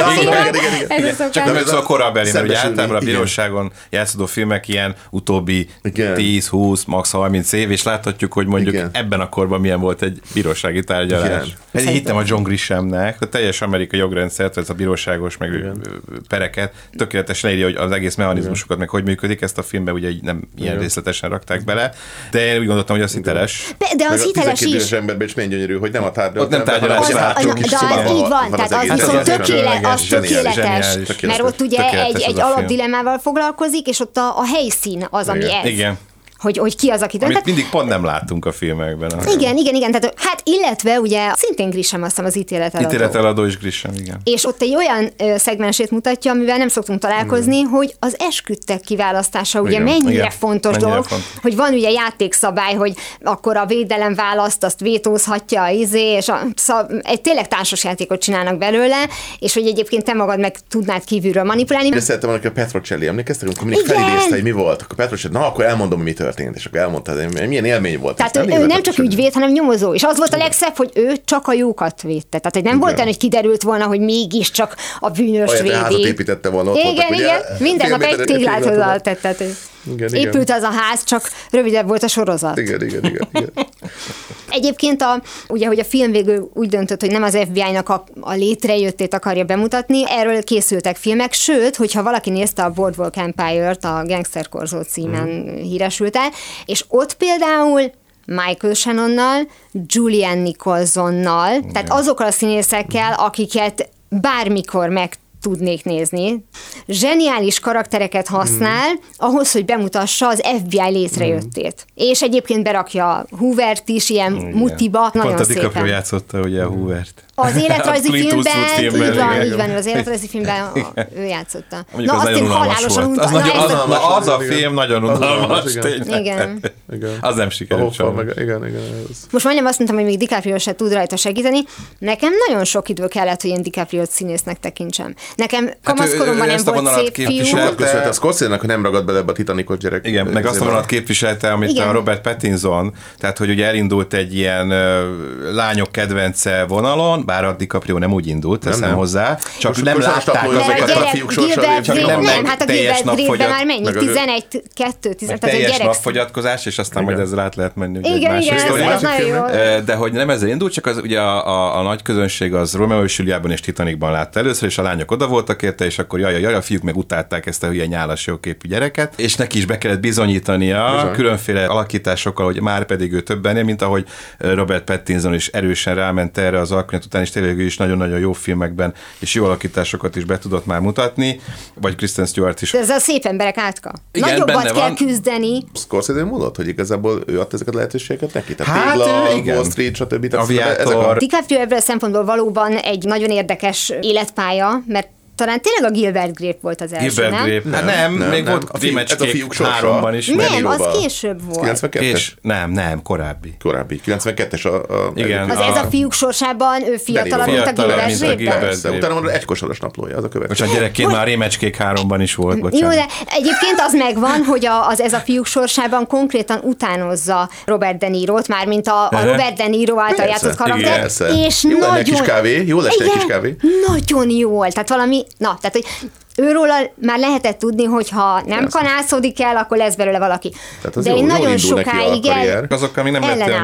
Csak nem ez a korábbi, mert ugye általában a bíróságon játszódó filmek ilyen utóbbi 10-20, max. 30 év, és láthatjuk, hogy mondjuk ebben a korban milyen volt egy bírósági tárgyalás. Én hittem a John Grishamnek, a teljes amerikai jogrendszert, ez a bíróságos meg pereket, tökéletesen írja, hogy az egész mechanizmusokat, meg hogy működik, ezt a filmbe ugye nem ilyen részletesen rakták bele, de én úgy gondoltam, hogy az hiteles. De az hiteles is. Az emberben is milyen gyönyörű, hogy nem a tárgyalás. Ott nem tárgyalás, de így van, tehát az viszont tökéletes, mert ott ugye egy alapdilemmával foglalkozik, és ott a helyszín az, ami ez. Igen. Hogy ki az, aki dönt. Amit mindig pont nem láttunk a filmekben. Igen. Tehát, hát illetve ugye szintén Grisham, azt hiszem, az ítéleteladó. Ítéleteladó is Grisham, igen. És ott egy olyan szegmensét mutatja, amivel nem szoktunk találkozni, hogy az esküdtek kiválasztása ugye mennyire fontos dolog, hogy van ugye játékszabály, hogy akkor a védelem választ, azt vétózhatja és egy tényleg társasjátékot csinálnak belőle, és hogy egyébként te magad meg tudnád kívülről manipulálni. De szerettem volna, hogy a Petrocelli, emlékeztek, amikor mindig felidézte, hogy mi volt, akkor Petrocelli, na akkor elmondom, mi történt, és akkor elmondta, hogy milyen élmény volt. Tehát ő nem csak ügyvéd, hanem nyomozó. És az volt a legszebb, hogy ő csak a jókat védte. Tehát, hogy nem volt olyan, hogy kiderült volna, hogy mégiscsak a bűnöst védi. Házat építette volna ott. Igen. Minden nap egy téglát hozzátetett. Épült az a ház, csak rövidebb volt a sorozat. Igen. Egyébként ugye, hogy a film végül úgy döntött, hogy nem az FBI-nak a létrejöttét akarja bemutatni, erről készültek filmek, sőt, hogyha valaki nézte a Boardwalk Empire-t, a Gangster Korzó címen híresült el, és ott például Michael Shannonnal, Julianne Nicholsonnal, tehát azokkal a színészekkel, akiket bármikor meg tudnék nézni. Zseniális karaktereket használ ahhoz, hogy bemutassa az FBI létrejöttét. És egyébként berakja Hoovert is ilyen mutiba. Nagyon Pont a szépen. DiCaprio játszotta ugye a Hoovert. Az életrajzi Clint filmben, Eastwood így van, az életrajzi filmben ő játszotta. Mondjuk az nagyon unalmas volt. Az a film nagyon unalmas. Igen. Az nem sikerült sem. Igen. Most majdnem azt mondtam, hogy még DiCaprio se tud rajta segíteni. Nekem nagyon sok idő kellett, hogy én DiCapriót színésznek tekintsem. Nekem kamaszkoromban nem volt szép fiú. A Scorsese-nek nem ragad bele ebbe a Titanicot gyerek. Igen, meg azt a vonalat képviselte, amit a Robert Pattinson, tehát hogy ugye elindult egy ilyen lányok kedvence vonalon, bár a DiCaprio nem úgy indult, teszem hozzá, csak nem látták azokat a fiúk sorsát. Hát a Gilbert Grape-ben már mennyi? 11-12, teljes napfogyatkozás, és aztán majd ezzel át lehet menni. Igen, ez nagyon jó. De hogy nem ezzel indult, csak az, ugye a nagy közönség az Romeo és Juliában és Titanicban látta először, és a lányok oda voltak érte, és akkor jaj, a fiúk meg utálták ezt a hülye nyálas jóképű gyereket, és neki is be kellett bizonyítania különféle alakításokkal, hogy már pedig ő többen, mint ahogy Robert Pattinson is erősen ráment erre az alkonyat után, és tényleg ő is nagyon-nagyon jó filmekben, és jó alakításokat is be tudott már mutatni, vagy Kristen Stewart is. De ez a szép emberek átka. Igen, nagyobbat kell küzdeni. Scorsese múlott, hogy igazából ő adta ezeket a lehetőségeket neki? Hát, Wall Street, stb. Aviator. DiCaprio ebből a szempontból valóban egy nagyon érdekes életpálya, mert talán tényleg a Gilbert Grape volt az első, Gilbert nem? Grape. Nem, még volt a Filmecskék 3-ban is. Nem, az később volt. 92-es? Nem, korábbi. 92-es Igen. Ez a fiúk sorsában ő fiatalabb, mint a Gilbert Grape-ben. Utána van egy kosaras naplója, az a következő. Most a gyerekként már a Rémecskék 3-ban is volt, bocsánat. Jó, de egyébként az megvan, hogy ez a fiúk sorsában konkrétan utánozza Robert De Niro-t, mármint a Robert De Niro által játszott karakter. És jó lenne egy kis kávé, jó lesz egy kis kávé. Nagyon jól, tehát valami, tehát hogy őról már lehetett tudni, hogy ha nem kanálszodik el, akkor lesz belőle valaki. De én nagyon sokáig azokkal még nem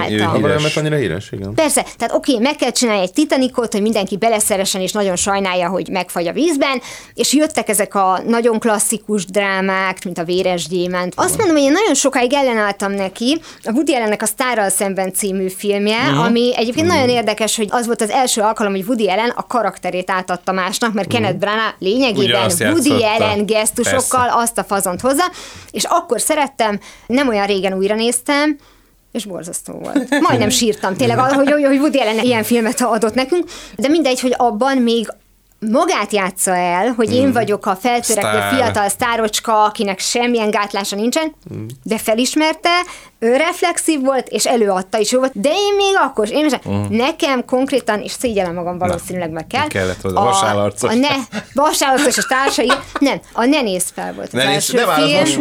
lett annyira híres, igen. Persze, tehát oké, meg kell csinálni egy Titanicot, hogy mindenki beleszeresen és nagyon sajnálja, hogy megfagy a vízben, és jöttek ezek a nagyon klasszikus drámák, mint a Véres gyémánt. Azt mondom, hogy én nagyon sokáig ellenálltam neki, a Woody Allennek a Sztárral szemben című filmje, ami egyébként nagyon érdekes, hogy az volt az első alkalom, hogy Woody Allen a karakterét átadta másnak, mert Kenneth Branagh lényegében Woody Allen gesztusokkal azt a fazont hozzá, és akkor szerettem, nem olyan régen újra néztem, és borzasztó volt. Majdnem sírtam tényleg, hogy Woody Allen ilyen filmet adott nekünk, de mindegy, hogy abban még magát játsza el, hogy én vagyok a feltörekvő fiatal sztárocska, akinek semmilyen gátlása nincsen, de felismerte, ő reflexív volt, és előadta is jó volt, de én még akkor, nekem konkrétan, és szégyellem magam valószínűleg meg kell. Kellett hozzá, vasállarcos. Vasállarcos és társai, nem, a Ne nézz fel volt az első film. Ezt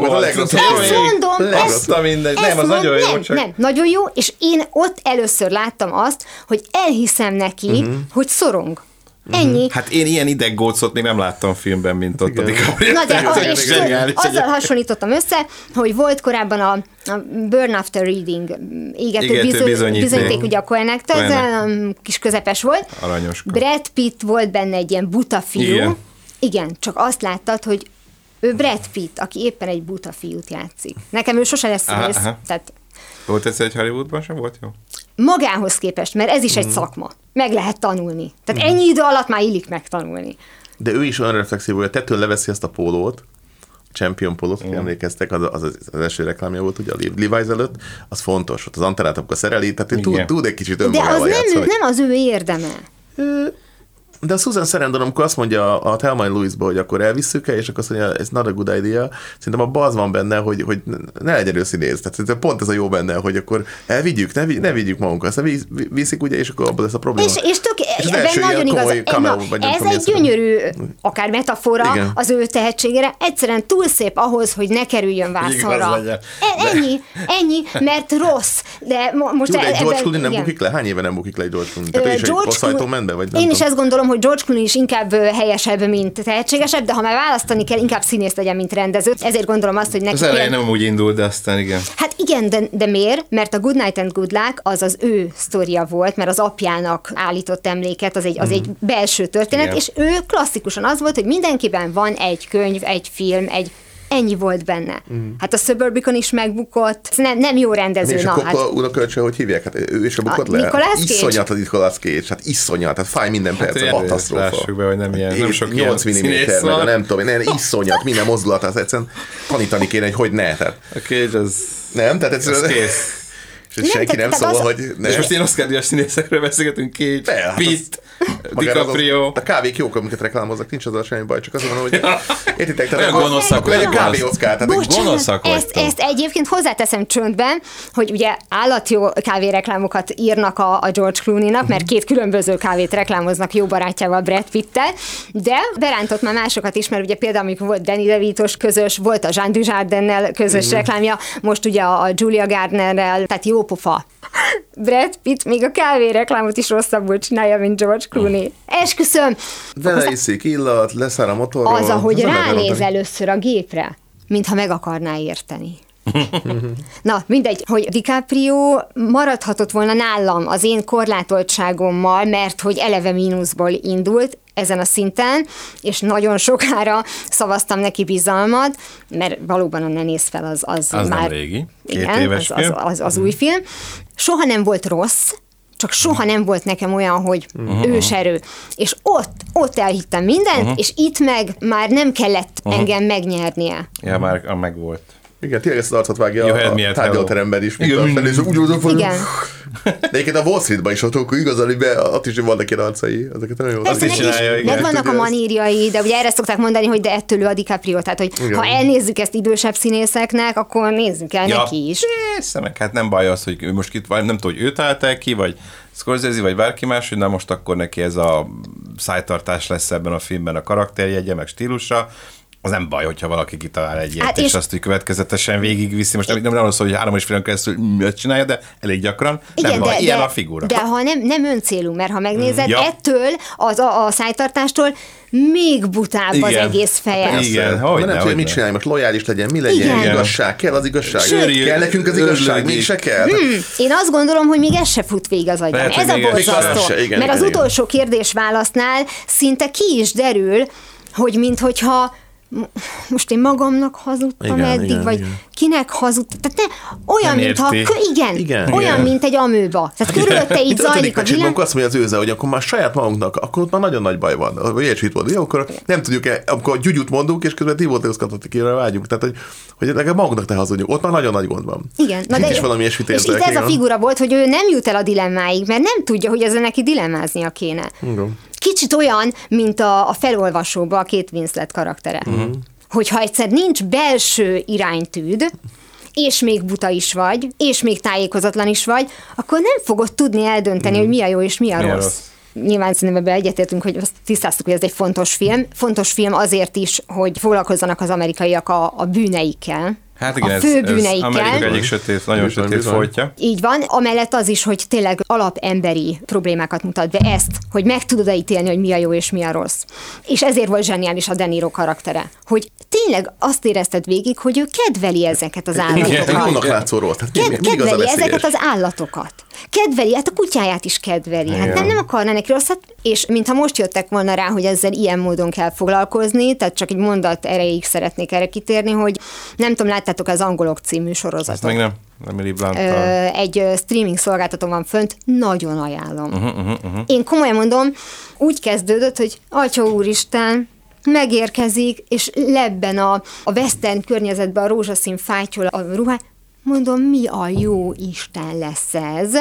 mondom, az nagyon jó. Nem, nagyon jó, és én ott először láttam azt, hogy elhiszem neki, hogy szorong. Ennyi. Hát én ilyen ideggócot még nem láttam filmben, mint ott a DiCaprio. Na de azzal hasonlítottam össze, hogy volt korábban a Burn After Reading, égető bizonyíték, ugye a Coen-ektől, ez kis közepes volt. Aranyoska. Brad Pitt volt benne egy ilyen buta fiú. Igen, csak azt láttad, hogy ő Brad Pitt, aki éppen egy buta fiút játszik. Nekem ő sose lesz színész. Tehát volt egyszer egy Hollywoodban sem volt jó? Magához képest, mert ez is egy szakma. Meg lehet tanulni. Tehát ennyi idő alatt már illik megtanulni. De ő is olyan reflexív, hogy a tetőn leveszi azt a pólót, a Champion pólót, hogy emlékeztek, az első reklámja volt, ugye a Levi's előtt, az fontos, ott az antenát, amikor szereli, tehát tud egy kicsit önmagával játszani. De az nem az ő érdeme. De a Susan Sarandon, amikor azt mondja a Thelma and Louise-ba, hogy akkor elvisszük el, és akkor azt mondja, it's not a good idea, szerintem abban az van benne, hogy ne legyen ő színész. Tehát pont ez a jó benne, hogy akkor elvigyük, ne vigyük magunkat, aztán viszik, ugye, és akkor abban lesz a probléma. És ebben nagyon igaz. Ez egy gyönyörű, akár metafora az ő tehetségére, egyszerűen túl szép ahhoz, hogy ne kerüljön vászonra. Ennyi, mert rossz. De most egy George Clooney nem bukik le? Hány éve nem bukik le egy George Clooney? Tehát ő is egy rossz ajtón ment be? Én is ezt gondolom, hogy George Clooney is inkább helyesebb, mint tehetségesebb, de ha már választani kell, inkább színész legyen, mint rendező. Ezért gondolom azt, hogy neki... Az elején nem úgy indult, de aztán igen. Hát igen, de miért? Mert a Good Night and Good Luck az ő sztoria volt, mert az apjának állított emléket, az egy belső történet, igen. És ő klasszikusan az volt, hogy mindenkiben van egy könyv, egy film, egy ennyi volt benne. Hát a Suburbicon is megbukott, nem jó rendező. És a unokölcsön, hogy hívják? Hát ő is bukott le? Nicolas Cage? Iszonyat a Nicolas Cage, hát iszonyat, hát fáj minden perc, katasztrófa. Lássuk be, hogy nem sok 8 mm, meg nem tudom, iszonyat, minden mozdulat, az egyszerűen tanítani kéne, hogy ne. Tehát. A Cage az... Nem, tehát egyszerűen... kész. És senki nem szól, hogy... És most én Oscar-díjas színészekről beszélgetünk, Cage, Pitt, DiCaprio. A kávék jók, amiket reklámoznak, nincs azzal semmi baj, csak azt mondom, hogy értitek, tehát gonoszak legyen kávé Oscar. Gonoszak vagytok. Ezt egyébként hozzáteszem csöndben, hogy ugye állatjó kávéreklámokat írnak a George Clooney-nak, mert 2 különböző kávét reklámoznak jó barátjával, Brad Pittel, de berántott már másokat is, mert ugye például amikor volt Danny DeVito-s közös, volt a Jean Dujardin-nel közös reklámja, most ugye a Julia Gardnerrel, tehát jó pofa. Brad Pitt még a kávéreklámot is rosszabbul csinálja, mint George Clooney. Esküszöm! Vele iszik illat, leszáll a motorról. Az, ahogy ránéz először a gépre, mintha meg akarná érteni. Na, mindegy, hogy DiCaprio maradhatott volna nálam az én korlátoltságommal, mert hogy eleve mínuszból indult ezen a szinten, és nagyon sokára szavaztam neki bizalmat, mert valóban a Ne nézz fel, az már... nem régi, 2 igen, éves film. Az új film. Soha nem volt rossz, csak soha nem volt nekem olyan, hogy őserő. És ott elhittem mindent, és itt meg már nem kellett engem megnyernie. Ja, már meg volt. Igen, tényleg ezt az arcot vágja a tárgyalteremben is. Igen. De egyébként a Wall Streetban is ott igazán, ott is vannak ilyen arcai. Ezeket nagyon jó. Azt is csinálja, igen. Meg vannak a manírjai, de ugye erre szokták mondani, hogy de ettől ő a DiCaprio. Tehát, hogy igen. Ha elnézzük ezt idősebb színészeknek, akkor nézzük el neki is. Persze, meg hát nem baj az, hogy most itt nem tudom, hogy ő találta ki, vagy Scorsese, vagy bárki más, hogy na most akkor neki ez a szájtartás lesz ebben a filmben a karakterjegye, meg stílusa. Az nem baj, hogyha valaki kitalál egy ilyet, és azt, hogy következetesen végigviszi. Most nem arról szól, hogy 3,5 éven keresztül ezt csinálja, de elég gyakran. Igen, nem baj, ilyen a figura. De ha nem öncélú, mert ha megnézed, ettől a szájtartástól még butább igen. Az egész feje. Igen, hogy nem tudja, mit csinálj, most lojális legyen, mi legyen, igen. Igazság, kell az igazság. Kell nekünk az igazság, mégse kell. Én azt gondolom, hogy még ez se fut végig az agyam. Ez a borzasztó. Mert az utolsó kérdés-választnál szinte ki is derül, hogy minthogyha most én magamnak hazudtam eddig, vagy kinek hazudtam. Tehát olyan, mintha... Igen, mint egy amőba. Tehát körülötte így zajlik a világ. Amikor azt mondja az őze, hogy akkor már saját magunknak, akkor ott már nagyon nagy baj van. Vagy ilyesmit mondunk. Akkor nem tudjuk, amikor gyugyut mondunk, és közben Timóteuszkatot kire vágyunk. Tehát, hogy legalább magunknak ne hazudjuk. Ott már nagyon nagy gond van. Igen. Na, is valami ilyesmit és itt ez a figura volt, hogy ő nem jut el a dilemmáig, mert nem tudja, hogy ezzel neki dilemmáznia kéne. Igen. Kicsit olyan, mint a felolvasóba a Kate Winslet karaktere. Hogyha egyszer nincs belső iránytűd, és még buta is vagy, és még tájékozatlan is vagy, akkor nem fogod tudni eldönteni, hogy mi a jó és mi a rossz. Nyilván szerintem ebben egyetértünk, hogy azt tisztáztuk, hogy ez egy fontos film. Fontos film azért is, hogy foglalkozzanak az amerikaiak a bűneikkel. Hát igen, a fő bűneikkel. Amerika egyik sötét, nagyon sötét foltja. Így van, amellett az is, hogy tényleg alapemberi problémákat mutat be ezt, hogy meg tudod ítélni, hogy mi a jó és mi a rossz. És ezért volt zseniális a De Niro karaktere, hogy tényleg azt érezted végig, hogy ő kedveli ezeket az állatokat. Jónak látszó rossz. Kedveli ezeket az állatokat. Kedveli, hát a kutyáját is kedveli. Hát nem akarna neki rosszat, és mintha most jöttek volna rá, hogy ezzel ilyen módon kell foglalkozni, tehát csak egy mondat erejéig szeretnék erre kitérni, hogy nem tudom, láttátok az Angolok című sorozatot. Ezt még nem. Emily Blunt-tal. Egy streaming szolgáltató van fönt, nagyon ajánlom. Én komolyan mondom, úgy kezdődött, hogy Atya úristen, megérkezik, és lebben a western környezetben a rózsaszín fátyol a ruhá. Mondom, mi a jó Isten lesz ez?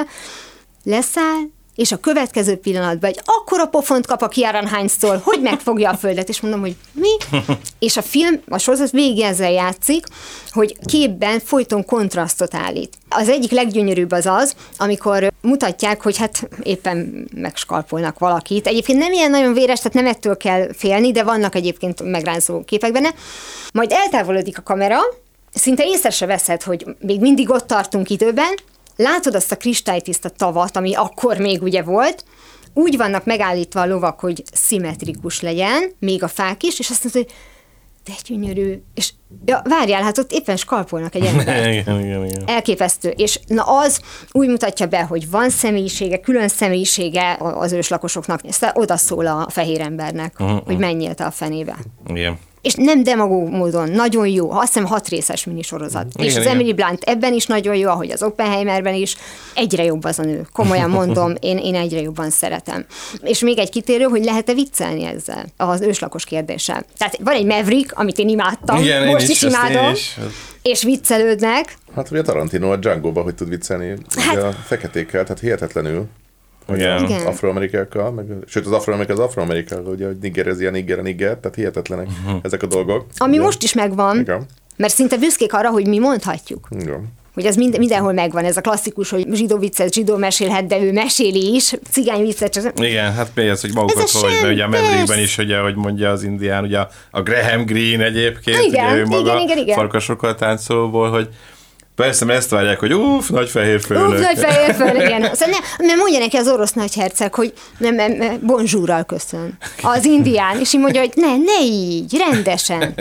Leszáll, és a következő pillanatban egy akkora pofont kap a Ciarán Hinds-tól, hogy megfogja a földet, és mondom, hogy mi? És a film, a sorozat végig ezzel játszik, hogy képben folyton kontrasztot állít. Az egyik leggyönyörűbb az, amikor mutatják, hogy hát éppen megskalpolnak valakit. Egyébként nem ilyen nagyon véres, tehát nem ettől kell félni, de vannak egyébként megrázó képek benne. Majd eltávolodik a kamera, szinte észre se veszed, hogy még mindig ott tartunk időben, látod azt a kristálytiszta tavat, ami akkor még ugye volt, úgy vannak megállítva a lovak, hogy szimmetrikus legyen, még a fák is, és azt mondod, hogy de gyönyörű, és ja, várjál, hát ott éppen skalpolnak egy embert. Igen. Elképesztő. És na az úgy mutatja be, hogy van személyisége, külön személyisége az őslakosoknak, ezt oda szól a fehér embernek, hogy menjél te a fenébe. Igen. és nem demagóg módon, nagyon jó. Azt hiszem 6 részes minisorozat. És az Emily Blunt ebben is nagyon jó, ahogy az Oppenheimerben is. Egyre jobb az a nő. Komolyan mondom, én egyre jobban szeretem. És még egy kitérő, hogy lehet-e viccelni ezzel az őslakos kérdéssel. Tehát van egy Maverick, amit én imádtam, igen, most is imádom, és viccelődnek. Hát ugye Tarantino a Django-ba, hogy tud viccelni ugye a feketékkel, tehát hihetetlenül. Igen. Afroamerikákkal, sőt az afroamerikákkal, ugye, hogy niggerezi a nigger, tehát hihetetlenek ezek a dolgok. Ami ugye, most is megvan, igen. Mert szinte büszkék arra, hogy mi mondhatjuk. Igen. Hogy ez mindenhol megvan, ez a klasszikus, hogy zsidó viccet zsidó mesélhet, de ő meséli is, cigány viccet csak... Igen, hát mi ez, hogy magukat hogy, mert ugye a Maverickben is, ugye, hogy mondja az indián, ugye a Graham Greene egyébként, igen, ugye ő maga igen. farkasokkal táncolóból, hogy persze, mert ezt várják, hogy nagy fehér főnök. Nagy fehér főnök, igen. Szóval mert mondja neki az orosz nagyherceg, hogy nem bonjourral köszön. Az indián, és így mondja, hogy ne így, rendesen.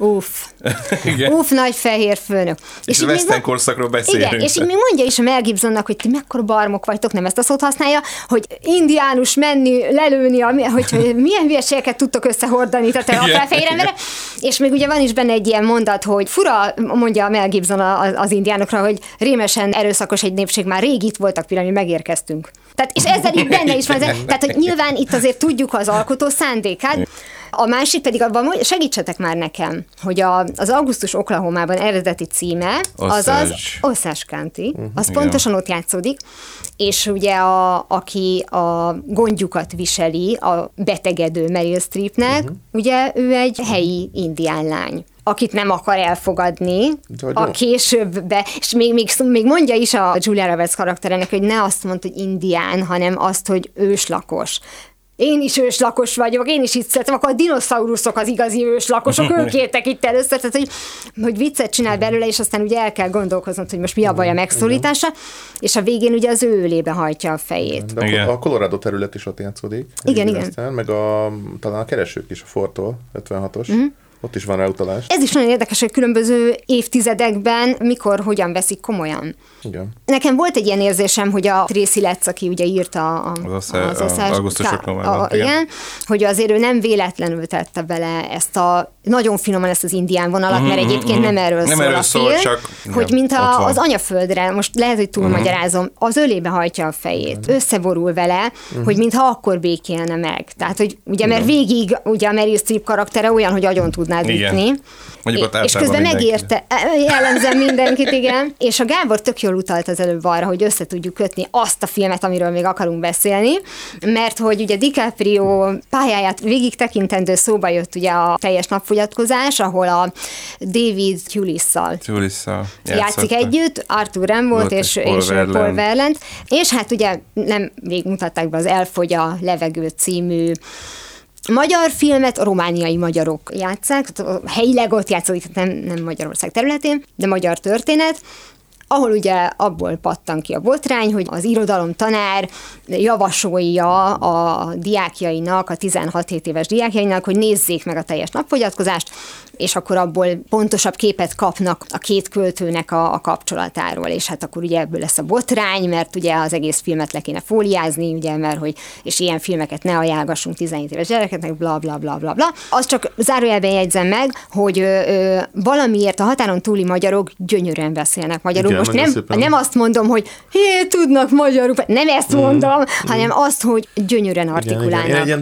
Uff, nagy fehér főnök. És a western korszakról beszélünk. Igen, és így még mondja is a Mel Gibsonnak, hogy ti mekkora barmok vagytok, nem ezt a szót használja, hogy indiánus menni, lelőni, hogy milyen hülyeségeket tudtok összehordani, tehát a felfehér emberre. És még ugye van is benne egy ilyen mondat, hogy fura, mondja a Mel Gibson az indiánokra, hogy rémesen erőszakos egy népség, már rég itt voltak, például megérkeztünk. Tehát, és ezzel itt benne is van. Tehát, hogy nyilván itt azért tudjuk az alkotó szándékát. A másik pedig abban, segítsetek már nekem, hogy az Augusztus Oklahomában eredeti címe, azaz Osage County, az pontosan ott játszódik, és ugye aki a gondjukat viseli, a betegedő Meryl Streepnek, ugye ő egy helyi indián lány, akit nem akar elfogadni a későbbbe, és még mondja is a Julia Roberts karakterének, hogy ne azt mondta, hogy indián, hanem azt, hogy őslakos. Én is őslakos vagyok, én is itt szeretem, akkor a dinoszauruszok az igazi őslakosok, ők értek itt először, tehát hogy viccet csinál belőle, és aztán ugye el kell gondolkoznod, hogy most mi a baj a megszólítása, és a végén ugye az ő ölébe hajtja a fejét. De a Colorado terület is ott játszódik. Igen. Aztán, meg talán a keresők is, a Fordtól, 56-os. Ott is van rá utalás. Ez is nagyon érdekes, hogy különböző évtizedekben mikor, hogyan veszik komolyan. Igen. Nekem volt egy ilyen érzésem, hogy a Tracy Letts, aki ugye írta az Augusztus Oklahomában. Igen, hogy azért ő nem véletlenül tette bele ezt nagyon finoman ezt az indián vonalat, mert egyébként nem erről szól a film, csak hogy mint az anyaföldre, most lehet, hogy túlmagyarázom, az ölébe hajtja a fejét, összeborul vele, hogy mintha akkor békélne meg. Tehát, hogy ugye, mert végig ugye a Meryl Streep karaktere olyan, hogy agyon tudnád ütni. És közben megérte, jellemzem mindenkit, igen. És a Gábor tök jól utalt az előbb arra, hogy össze tudjuk kötni azt a filmet, amiről még akarunk beszélni, mert hogy ugye DiCaprio pályáját végig tekintendő szóba jött ugye a Teljes napfogyatkozás, ahol a David Thewlis-szal játszik együtt, Arthur Rimbaud és Paul Verlaine. És hát ugye nem még mutatták be az Elfogy a levegő című magyar filmet, a romániai magyarok játsszák, helyileg ott játszódik, nem Magyarország területén, de magyar történet, ahol ugye abból pattan ki a botrány, hogy az irodalomtanár javasolja a diákjainak, a 16-17 éves diákjainak, hogy nézzék meg a Teljes napfogyatkozást, és akkor abból pontosabb képet kapnak a két költőnek a kapcsolatáról, és hát akkor ugye ebből lesz a botrány, mert ugye az egész filmet le kéne fóliázni, ugye, mert hogy, és ilyen filmeket ne ajánlgassunk 17 éves gyerekeknek, bla bla bla bla bla. Azt csak zárójelben jegyzem meg, hogy valamiért a határon túli magyarok gyönyörűen beszélnek magyarul. Igen, most nem azt mondom, hogy tudnak magyarul, nem ezt mondom, hanem azt, hogy gyönyörűen artikulálnak. Igen. Én egy ilyen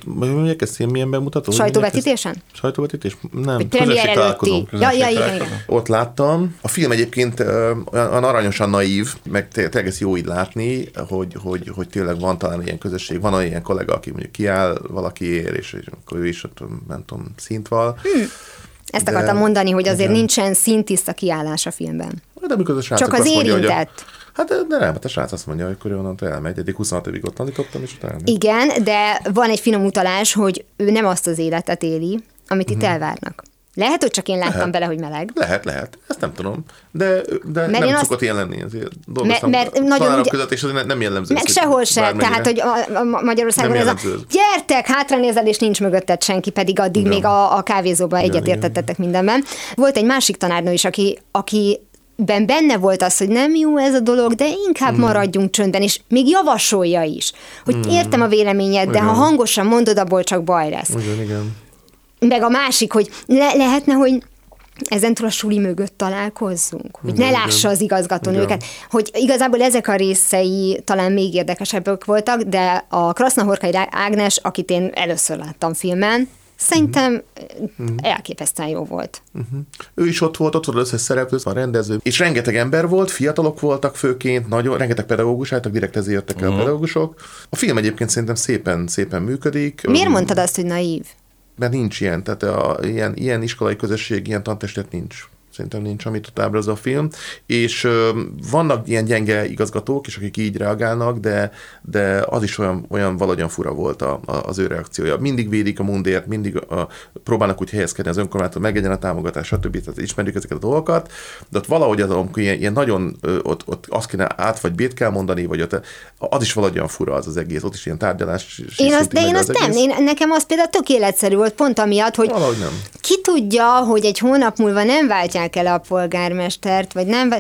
milyen bemutató? Sajtóvetítésen? Sajtóvetítés? Nem. Premier előtti. Igen. Ott láttam. A film egyébként olyan aranyosan naív, meg tényleg ezt jó így látni, hogy tényleg van talán ilyen közösség, van olyan ilyen kollega, aki mondjuk kiáll valakiért, és akkor ő is ott, nem tudom, szint val. Ezt akartam mondani, hogy azért nincsen színtiszta kiállás a filmben. De amikor a csak az érintett. De nem, a srác azt mondja, hogy akkor onnantól elmegy, eddig 26 évig ott tanítottam, és utána elmegy. Igen, de van egy finom utalás, hogy ő nem azt az életet éli, amit itt elvárnak. Lehet, hogy csak én láttam bele, hogy meleg. Lehet. Ezt nem tudom. De nem szokott ilyen lenni. Azért dolgoztam tanárok között, és azért nem jellemző. Meg sehol sem. Tehát, hogy Magyarországon ez a gyertek, hátranézel, és nincs mögötted senki, pedig addig még a kávézóban egyetértettetek mindenben. Volt egy másik tanárnő is, aki benne volt az, hogy nem jó ez a dolog, de inkább maradjunk csöndben, és még javasolja is, hogy értem a véleményed, de ha hangosan mondod, abból csak baj lesz. Igen. Meg a másik, hogy lehetne, hogy ezentúl a suli mögött találkozzunk, hogy ne lássa az igazgató őket, hogy igazából ezek a részei talán még érdekesebbek voltak, de a Krasznahorkai Ágnes, akit én először láttam filmen, szerintem elképesztően jó volt. Ő is ott volt az összes szereplő, a rendező, és rengeteg ember volt, fiatalok voltak főként, nagyon, rengeteg pedagógus álltak, direkt ezért jöttek el a pedagógusok. A film egyébként szerintem szépen működik. Miért mondtad azt, hogy naív? Mert nincs ilyen, tehát ilyen iskolai közösség, ilyen tantestet nincs. Szerintem nincs, amit ott ábrázol a film, és vannak ilyen gyenge igazgatók is, akik így reagálnak, de az is olyan valahogyan fura volt az ő reakciója. Mindig védik a mundért, mindig próbálnak úgy helyezkedni az önkormányzatot, megegyen a támogatás, stb. Tehát ismerjük ezeket a dolgokat, de ott valahogy amikor ilyen nagyon, ott azt kéne át vagy bét kell mondani, vagy ott, az is valahogyan fura az egész, ott is ilyen tárgyalás. Én azt nem, nekem az például tök életszerű volt, pont amiatt, hogy ki tudja, hogy egy hónap múlva nem váltják el a polgármestert, vagy nem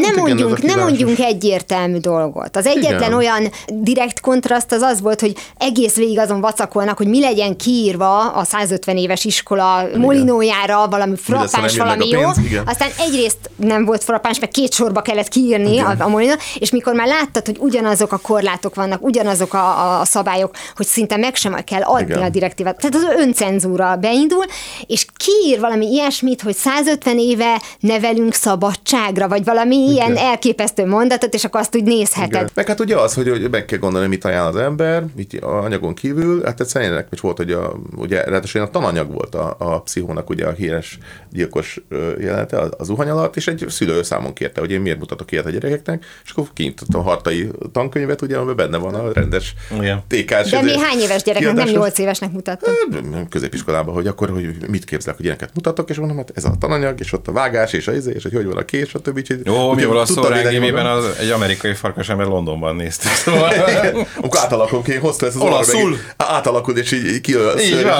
mondjunk egyértelmű dolgot. Az egyetlen olyan direkt kontraszt az volt, hogy egész végig azon vacakolnak, hogy mi legyen kiírva a 150 éves iskola molinójára, valami frappáns, valami jó. Aztán egyrészt nem volt frappáns, meg 2 sorba kellett kiírni a molinó, és mikor már láttad, hogy ugyanazok a korlátok vannak, ugyanazok a szabályok, hogy szinte meg sem kell adni a direktívát. Tehát az öncenzúra beindul, és kiír valami ilyesmit, hogy 150 éve nevelünk szabadságra, vagy valami ilyen elképesztő mondatot, és akkor azt úgy nézheted. Igen. Meg hát ugye az, hogy meg kell gondolni, mit ajánl az ember, mit a anyagon kívül, hát egyszerűen is volt, hogy ugye ráadásul a tananyag volt a Pszichónak ugye a híres gyilkos jelenete az zuhany alatt, és egy szülő számon kérte, hogy én miért mutatok ilyet a gyerekeknek, és akkor kinyitottam a hartai tankönyvet, ugye, amiben benne van a rendes TK-s. De mi hány éves gyereknek, nem 8 évesnek mutattam? Középiskolában, hogy akkor, hogy mit képzelek, hogy ilyeneket mutatok, és mondom, hát ez a tananyag, és ott a vágás, és hogy van a kés, stb. Jó, mi volt a Szórángémében, egy amerikai farkasember Londonban nézte. Szóval... Amikor átalakult, én hozta ezt az olaszul. Átalakult, és így kiölsz.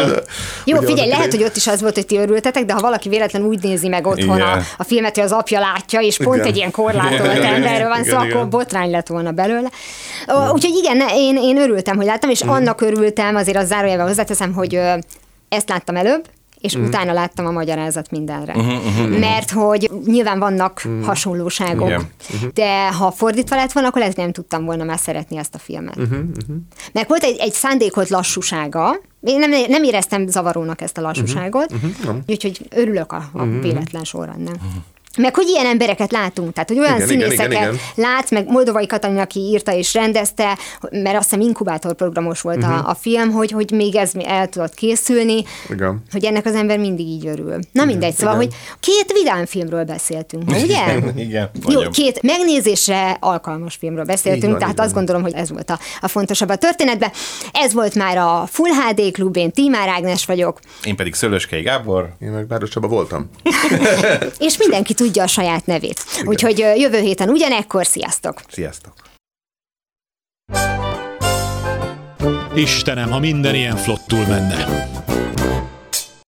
Jó, figyelj, lehet, hogy ott is az volt, hogy ti örültetek, de ha valaki véletlenül úgy nézi meg otthon a filmet, hogy az apja látja, és pont egy ilyen korlátolt emberről van szó, akkor botrány lett volna belőle. Úgyhogy igen, én örültem, hogy láttam, és annak örültem, azért az zárójelben hozzáteszem, hogy ezt láttam előbb, és utána láttam a magyarázat mindenre. Mert hogy nyilván vannak hasonlóságok, de ha fordítva lett volna, akkor lehet, hogy nem tudtam volna már szeretni ezt a filmet. Mert volt egy szándékolt lassúsága, én nem éreztem zavarónak ezt a lassúságot, úgyhogy örülök a véletlen sorrendnek. Meg hogy ilyen embereket látunk, tehát hogy olyan színészeket látsz, meg Moldovai Katalin, aki írta és rendezte, mert azt hiszem inkubátorprogramos volt a film, hogy még ez el tudott készülni, hogy ennek az ember mindig így örül. Na mindegy, szóval, hogy 2 vidám filmről beszéltünk, ugye? Igen. Jó, 2 megnézésre alkalmas filmről beszéltünk, tehát azt gondolom, hogy ez volt a fontosabb a történetben. Ez volt már a Full HD Klub, én Tímár Ágnes vagyok. Én pedig Szőlőskei Gábor. Én meg Báros Csaba voltam. És mindenki tudja a saját nevét. Úgyhogy jövő héten ugyanekkor, sziasztok! Sziasztok! Istenem, ha minden ilyen flottul menne.